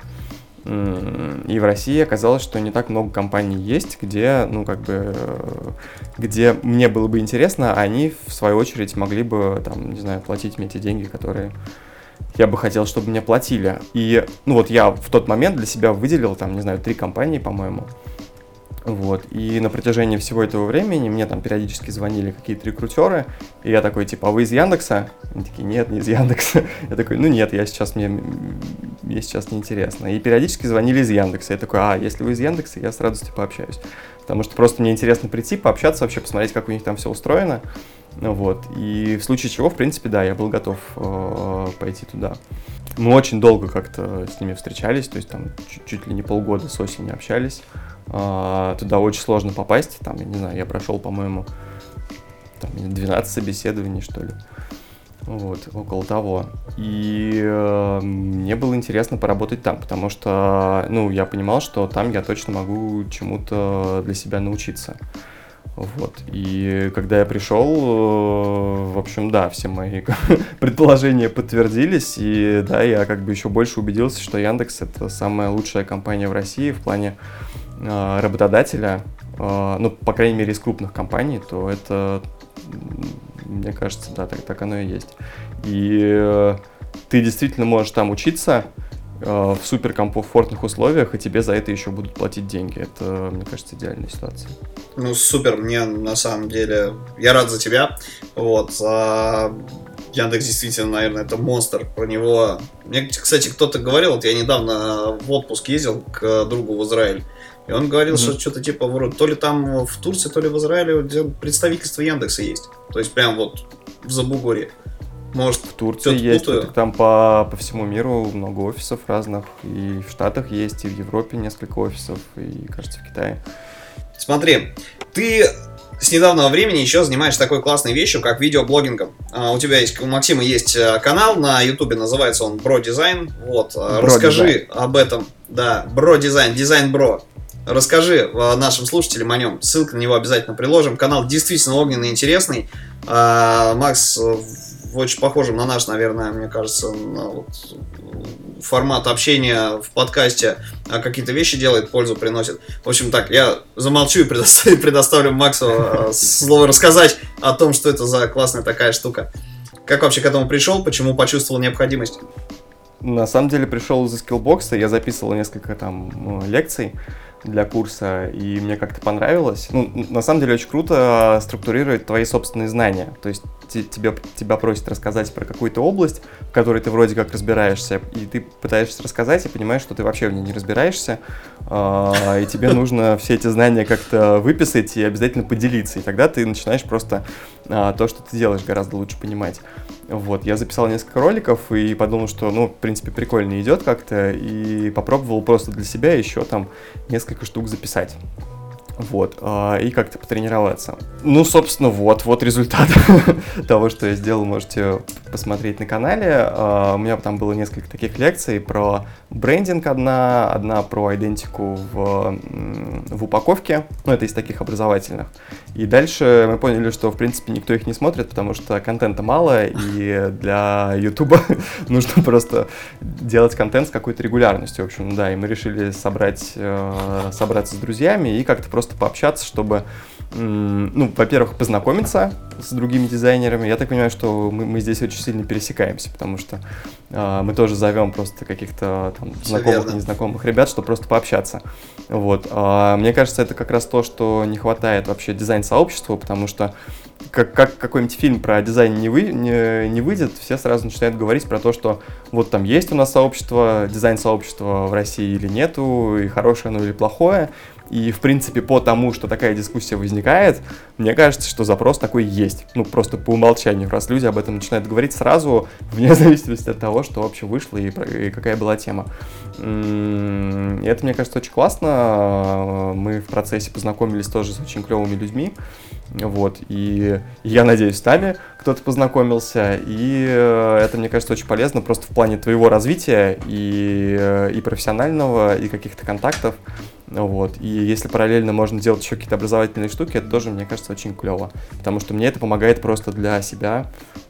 И в России оказалось, что не так много компаний есть, где, ну, как бы, где мне было бы интересно, а они, в свою очередь, могли бы, там, не знаю, платить мне те деньги, которые я бы хотел, чтобы мне платили. И, ну, вот я в тот момент для себя выделил, там, не знаю, три компании, по-моему. Вот, и на протяжении всего этого времени мне там периодически звонили какие-то рекрутеры, и я такой, типа, а вы из Яндекса? Они такие, нет, не из Яндекса. Я такой, ну нет, я сейчас, мне, мне сейчас неинтересно. И периодически звонили из Яндекса. Я такой, а, если вы из Яндекса, я с радостью пообщаюсь. Потому что просто мне интересно прийти, пообщаться вообще, посмотреть, как у них там все устроено. Вот, и в случае чего, в принципе, да, я был готов э, пойти туда. Мы очень долго как-то с ними встречались, то есть там чуть, чуть ли не полгода с осени общались. Uh, туда очень сложно попасть, там, я не знаю, я прошел, по-моему, там, двенадцать собеседований, что ли, вот, около того, и uh, мне было интересно поработать там, потому что, ну, я понимал, что там я точно могу чему-то для себя научиться, вот, и когда я пришел, uh, в общем, да, все мои предположения подтвердились, и, да, я как бы еще больше убедился, что Яндекс — это самая лучшая компания в России в плане работодателя, ну, по крайней мере, из крупных компаний, то это, мне кажется, да, так, так оно и есть. И ты действительно можешь там учиться в суперкомфортных условиях, и тебе за это еще будут платить деньги. Это, мне кажется, идеальная ситуация. Ну, супер, мне на самом деле, я рад за тебя, вот, а... Яндекс действительно, наверное, это монстр. Про него... Мне, кстати, кто-то говорил, вот я недавно в отпуск ездил к другу в Израиль. И он говорил, Mm-hmm. что что-то типа вроде то ли там в Турции, то ли в Израиле где представительство Яндекса есть. То есть прям вот в Забугорье. Может, в Турции есть, так там по, по всему миру много офисов разных. И в Штатах есть, и в Европе несколько офисов, и, кажется, в Китае. Смотри, ты с недавнего времени еще занимаешься такой классной вещью, как видеоблогингом. А, у тебя есть, у Максима есть канал на Ютубе, называется он Бро Дизайн. Вот, Bro расскажи Design. Об этом. Да, Бро Дизайн, Дизайн Бро. Расскажи нашим слушателям о нем. Ссылку на него обязательно приложим. Канал действительно огненный, интересный. А, Макс в очень похожем на наш, наверное, мне кажется, на вот формат общения в подкасте, а какие-то вещи делает, пользу приносит. В общем, так, я замолчу и предоставлю, предоставлю Максу слово рассказать о том, что это за классная такая штука. Как вообще к этому пришел? Почему почувствовал необходимость? На самом деле пришел из-за скиллбокса, я записывал несколько там лекций для курса, и мне как-то понравилось. Ну, на самом деле очень круто структурировать твои собственные знания. То есть тебе, тебя просят рассказать про какую-то область, в которой ты вроде как разбираешься, и ты пытаешься рассказать и понимаешь, что ты вообще в ней не разбираешься, и тебе нужно все эти знания как-то выписать и обязательно поделиться, и тогда ты начинаешь просто то, что ты делаешь, гораздо лучше понимать. Вот, я записал несколько роликов и подумал, что, ну, в принципе, прикольно идет как-то, и попробовал просто для себя еще там несколько штук записать. Вот, и как-то потренироваться. Ну, собственно, вот, вот результат того, что я сделал, можете посмотреть на канале. У меня там было несколько таких лекций про брендинг одна, одна про идентику в, в упаковке, ну, это из таких образовательных. И дальше мы поняли, что, в принципе, никто их не смотрит, потому что контента мало, и для Ютуба нужно просто делать контент с какой-то регулярностью, в общем, да, и мы решили собрать, собраться с друзьями и как-то просто пообщаться, чтобы, ну, во-первых, познакомиться с другими дизайнерами. Я так понимаю, что мы, мы здесь очень сильно пересекаемся, потому что э, мы тоже зовем просто каких-то там знакомых, незнакомых ребят, чтобы просто пообщаться. Вот. А, мне кажется, это как раз то, что не хватает вообще дизайн-сообществу, потому что как, как какой-нибудь фильм про дизайн не, вы, не, не выйдет, все сразу начинают говорить про то, что вот там есть у нас сообщество, дизайн-сообщество в России или нету, и хорошее оно или плохое. И, в принципе, по тому, что такая дискуссия возникает, мне кажется, что запрос такой есть. Ну, просто по умолчанию, раз люди об этом начинают говорить сразу, вне зависимости от того, что вообще вышло и, и какая была тема. И это, мне кажется, очень классно. Мы в процессе познакомились тоже с очень клевыми людьми. Вот, и я надеюсь, с нами кто-то познакомился, и это, мне кажется, очень полезно просто в плане твоего развития и, и профессионального, и каких-то контактов. Вот. И если параллельно можно делать еще какие-то образовательные штуки, это тоже, мне кажется, очень клево. Потому что мне это помогает просто для себя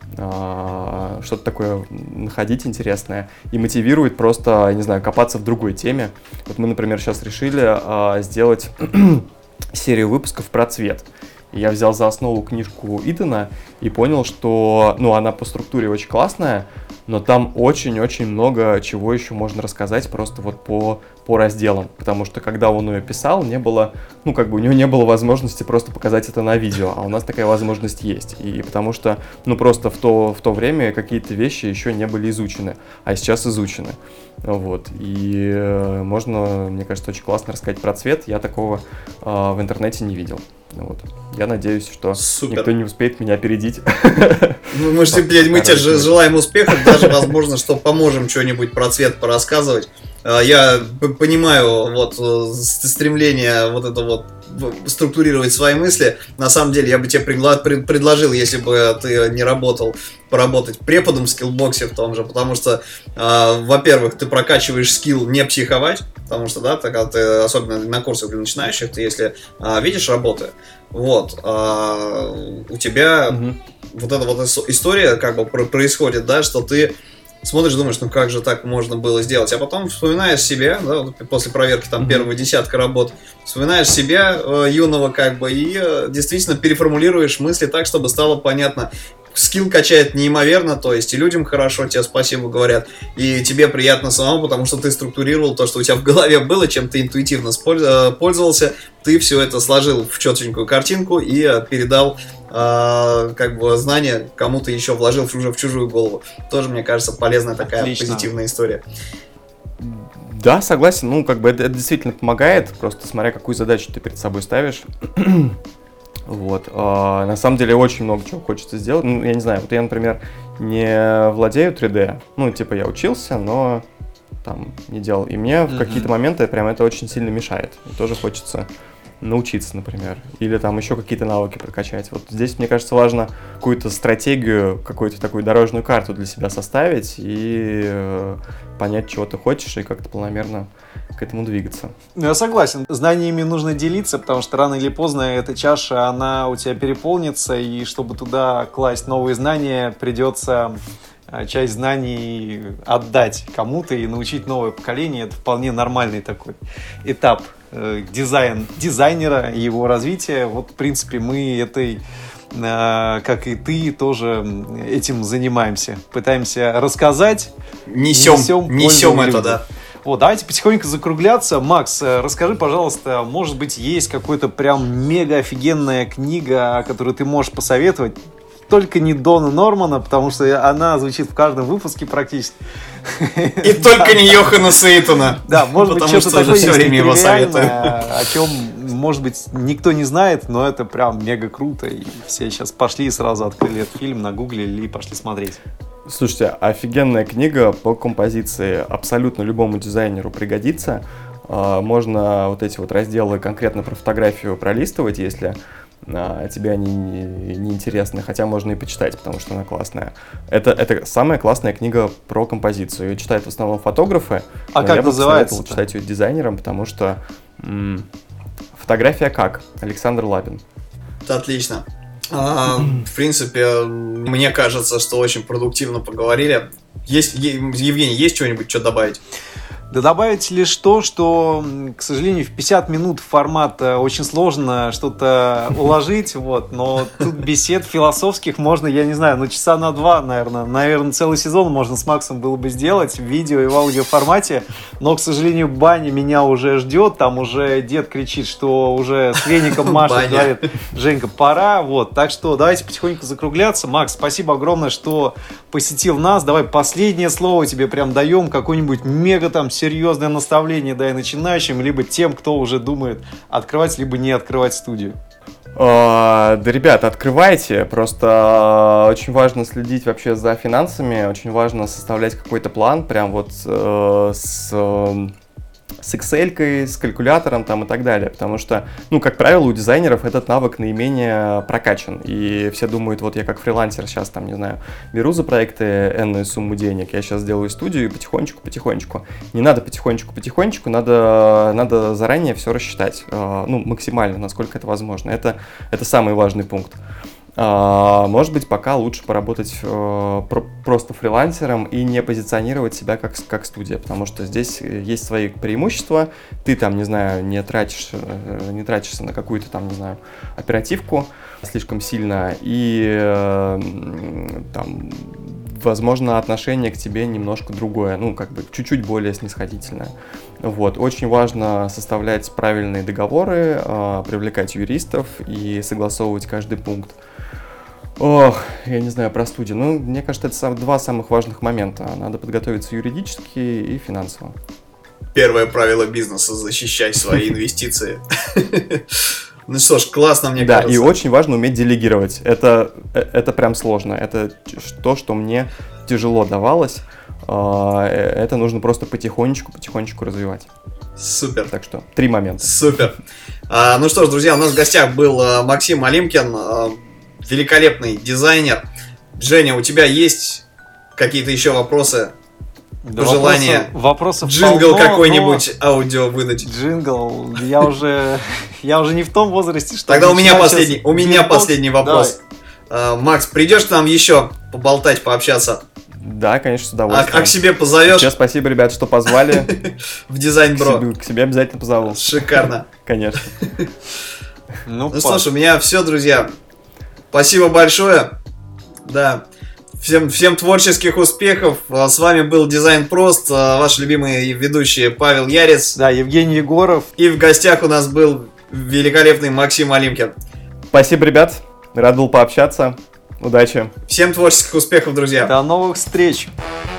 а, что-то такое находить интересное и мотивирует просто, не знаю, копаться в другой теме. Вот мы, например, сейчас решили а, сделать серию выпусков про цвет. Я взял за основу книжку Итана и понял, что, ну, она по структуре очень классная, но там очень-очень много чего еще можно рассказать просто вот по, по разделам, потому что когда он ее писал, не было, ну, как бы у него не было возможности просто показать это на видео, а у нас такая возможность есть, и потому что, ну, просто в то, в то время какие-то вещи еще не были изучены, а сейчас изучены, вот, и э, можно, мне кажется, очень классно рассказать про цвет, я такого э, в интернете не видел. Вот. Я надеюсь, что Супер. Никто не успеет меня опередить. Ну, мы, же, блядь, мы тебе желаем успехов, даже, возможно, что поможем что-нибудь про цвет порассказывать. Я понимаю вот стремление вот это вот структурировать свои мысли. На самом деле, я бы тебе пригла- пред- предложил, если бы ты не работал, поработать преподом в скиллбоксе в том же, потому что, э, во-первых, ты прокачиваешь скилл не психовать, потому что, да, так, ты, особенно на курсах для начинающих, ты если э, видишь работы, вот, э, у тебя mm-hmm. вот эта вот история как бы происходит, да, что ты смотришь, думаешь, ну как же так можно было сделать, а потом вспоминаешь себя, да, вот после проверки там mm-hmm. первого десятка работ, вспоминаешь себя э, юного как бы и э, действительно переформулируешь мысли так, чтобы стало понятно. Скилл качает неимоверно, то есть и людям хорошо, тебе спасибо говорят, и тебе приятно самому, потому что ты структурировал то, что у тебя в голове было, чем ты интуитивно пользовался, ты все это сложил в четенькую картинку и передал э, как бы знания кому-то еще, вложил уже в чужую голову. Тоже, мне кажется, полезная такая Отлично. Позитивная история. Да, согласен. Ну, как бы это, это действительно помогает, просто смотря какую задачу ты перед собой ставишь. Вот. А, на самом деле очень много чего хочется сделать. Ну, я не знаю, вот я, например, не владею три дэ. Ну, типа я учился, но там не делал. И мне в какие-то моменты прям это очень сильно мешает. И тоже хочется научиться, например. Или там еще какие-то навыки прокачать. Вот здесь, мне кажется, важно какую-то стратегию, какую-то такую дорожную карту для себя составить и э, понять, чего ты хочешь, и как-то планомерно к этому двигаться. Ну, я согласен. Знаниями нужно делиться, потому что рано или поздно эта чаша, она у тебя переполнится, и чтобы туда класть новые знания, придется часть знаний отдать кому-то и научить новое поколение. Это вполне нормальный такой этап э, дизайн, дизайнера и его развития. Вот, в принципе, мы этой, э, как и ты, тоже этим занимаемся. Пытаемся рассказать. Несем, несем, несем это, людям. Да. Вот, давайте потихоньку закругляться. Макс, расскажи, пожалуйста, может быть, есть какой-то прям мега офигенная книга, которую ты можешь посоветовать? Только не Дона Нормана, потому что она звучит в каждом выпуске практически. И только не Йохана Сейтона. Да, может быть, что-то такое все время его советую. О чем, может быть, никто не знает, но это прям мега круто. И все сейчас пошли и сразу открыли этот фильм, нагуглили и пошли смотреть. Слушайте, офигенная книга по композиции. Абсолютно любому дизайнеру пригодится. Можно вот эти вот разделы конкретно про фотографию пролистывать, если тебе они не интересны, хотя можно и почитать, потому что она классная. Это, это самая классная книга про композицию. Ее читают в основном фотографы. А как я называется? Я бы читать ее дизайнерам, потому что м- фотография как? Александр Лапин. Отлично. А, в принципе, мне кажется, что очень продуктивно поговорили. Есть, Евгений, есть что-нибудь, что добавить? Да добавить лишь то, что, к сожалению, в пятьдесят минут формат очень сложно что-то уложить, вот, но тут бесед философских можно, я не знаю, ну часа на два, наверное, наверное, целый сезон можно с Максом было бы сделать в видео и в аудиоформате, но, к сожалению, баня меня уже ждет, там уже дед кричит, что уже с веником машет, говорит, Женька, пора, вот, так что давайте потихоньку закругляться. Макс, спасибо огромное, что посетил нас, давай последнее слово тебе прям даем, какой-нибудь мега там серьезное наставление дай начинающим, либо тем, кто уже думает открывать, либо не открывать студию. Да, ребята, открывайте, просто очень важно следить вообще за финансами, очень важно составлять какой-то план, прям вот э, с... Э, с Excel-кой, с калькулятором там и так далее, потому что, ну, как правило, у дизайнеров этот навык наименее прокачан, и все думают, вот я как фрилансер сейчас там, не знаю, беру за проекты энную сумму денег, я сейчас делаю студию и потихонечку-потихонечку. Не надо потихонечку-потихонечку, надо, надо заранее все рассчитать, ну, максимально, насколько это возможно. Это, это самый важный пункт. Может быть, пока лучше поработать э, про- просто фрилансером и не позиционировать себя как, как студия, потому что здесь есть свои преимущества. Ты там, не знаю, не тратишь, не тратишься на какую-то там, не знаю, оперативку слишком сильно, и э, там, возможно, отношение к тебе немножко другое, ну, как бы чуть-чуть более снисходительное. Вот. Очень важно составлять правильные договоры, э, привлекать юристов и согласовывать каждый пункт. Ох, я не знаю про студию. Ну, мне кажется, это сам, два самых важных момента. Надо подготовиться юридически и финансово. Первое правило бизнеса – защищай свои инвестиции. Ну что ж, классно, мне кажется. Да, и очень важно уметь делегировать. Это, это прям сложно. Это то, что мне тяжело давалось. Это нужно просто потихонечку-потихонечку развивать. Супер. Так что, три момента. Супер. А, ну что ж, друзья, у нас в гостях был а, Максим Алимкин, а, великолепный дизайнер. Женя, у тебя есть какие-то еще вопросы? Да, пожелания? Вопросов, вопросов джингл полно, какой-нибудь но... аудио выдать. Джингл. Я уже, я уже не в том возрасте, что... Тогда у меня последний, у меня последний вопрос. А, Макс, придешь к нам еще поболтать, пообщаться? Да, конечно, с удовольствием. А, а к себе позовешь? Все, спасибо, ребят, что позвали. В Дизайн Бро. К себе обязательно позову. Шикарно. Конечно. Ну что ж, у меня все, друзья. Спасибо большое. Да. Всем, всем творческих успехов. С вами был Дизайн Прост, ваш любимый ведущий Павел Ярец. Да, Евгений Егоров. И в гостях у нас был великолепный Максим Алимкин. Спасибо, ребят. Рад был пообщаться. Удачи. Всем творческих успехов, друзья. До новых встреч.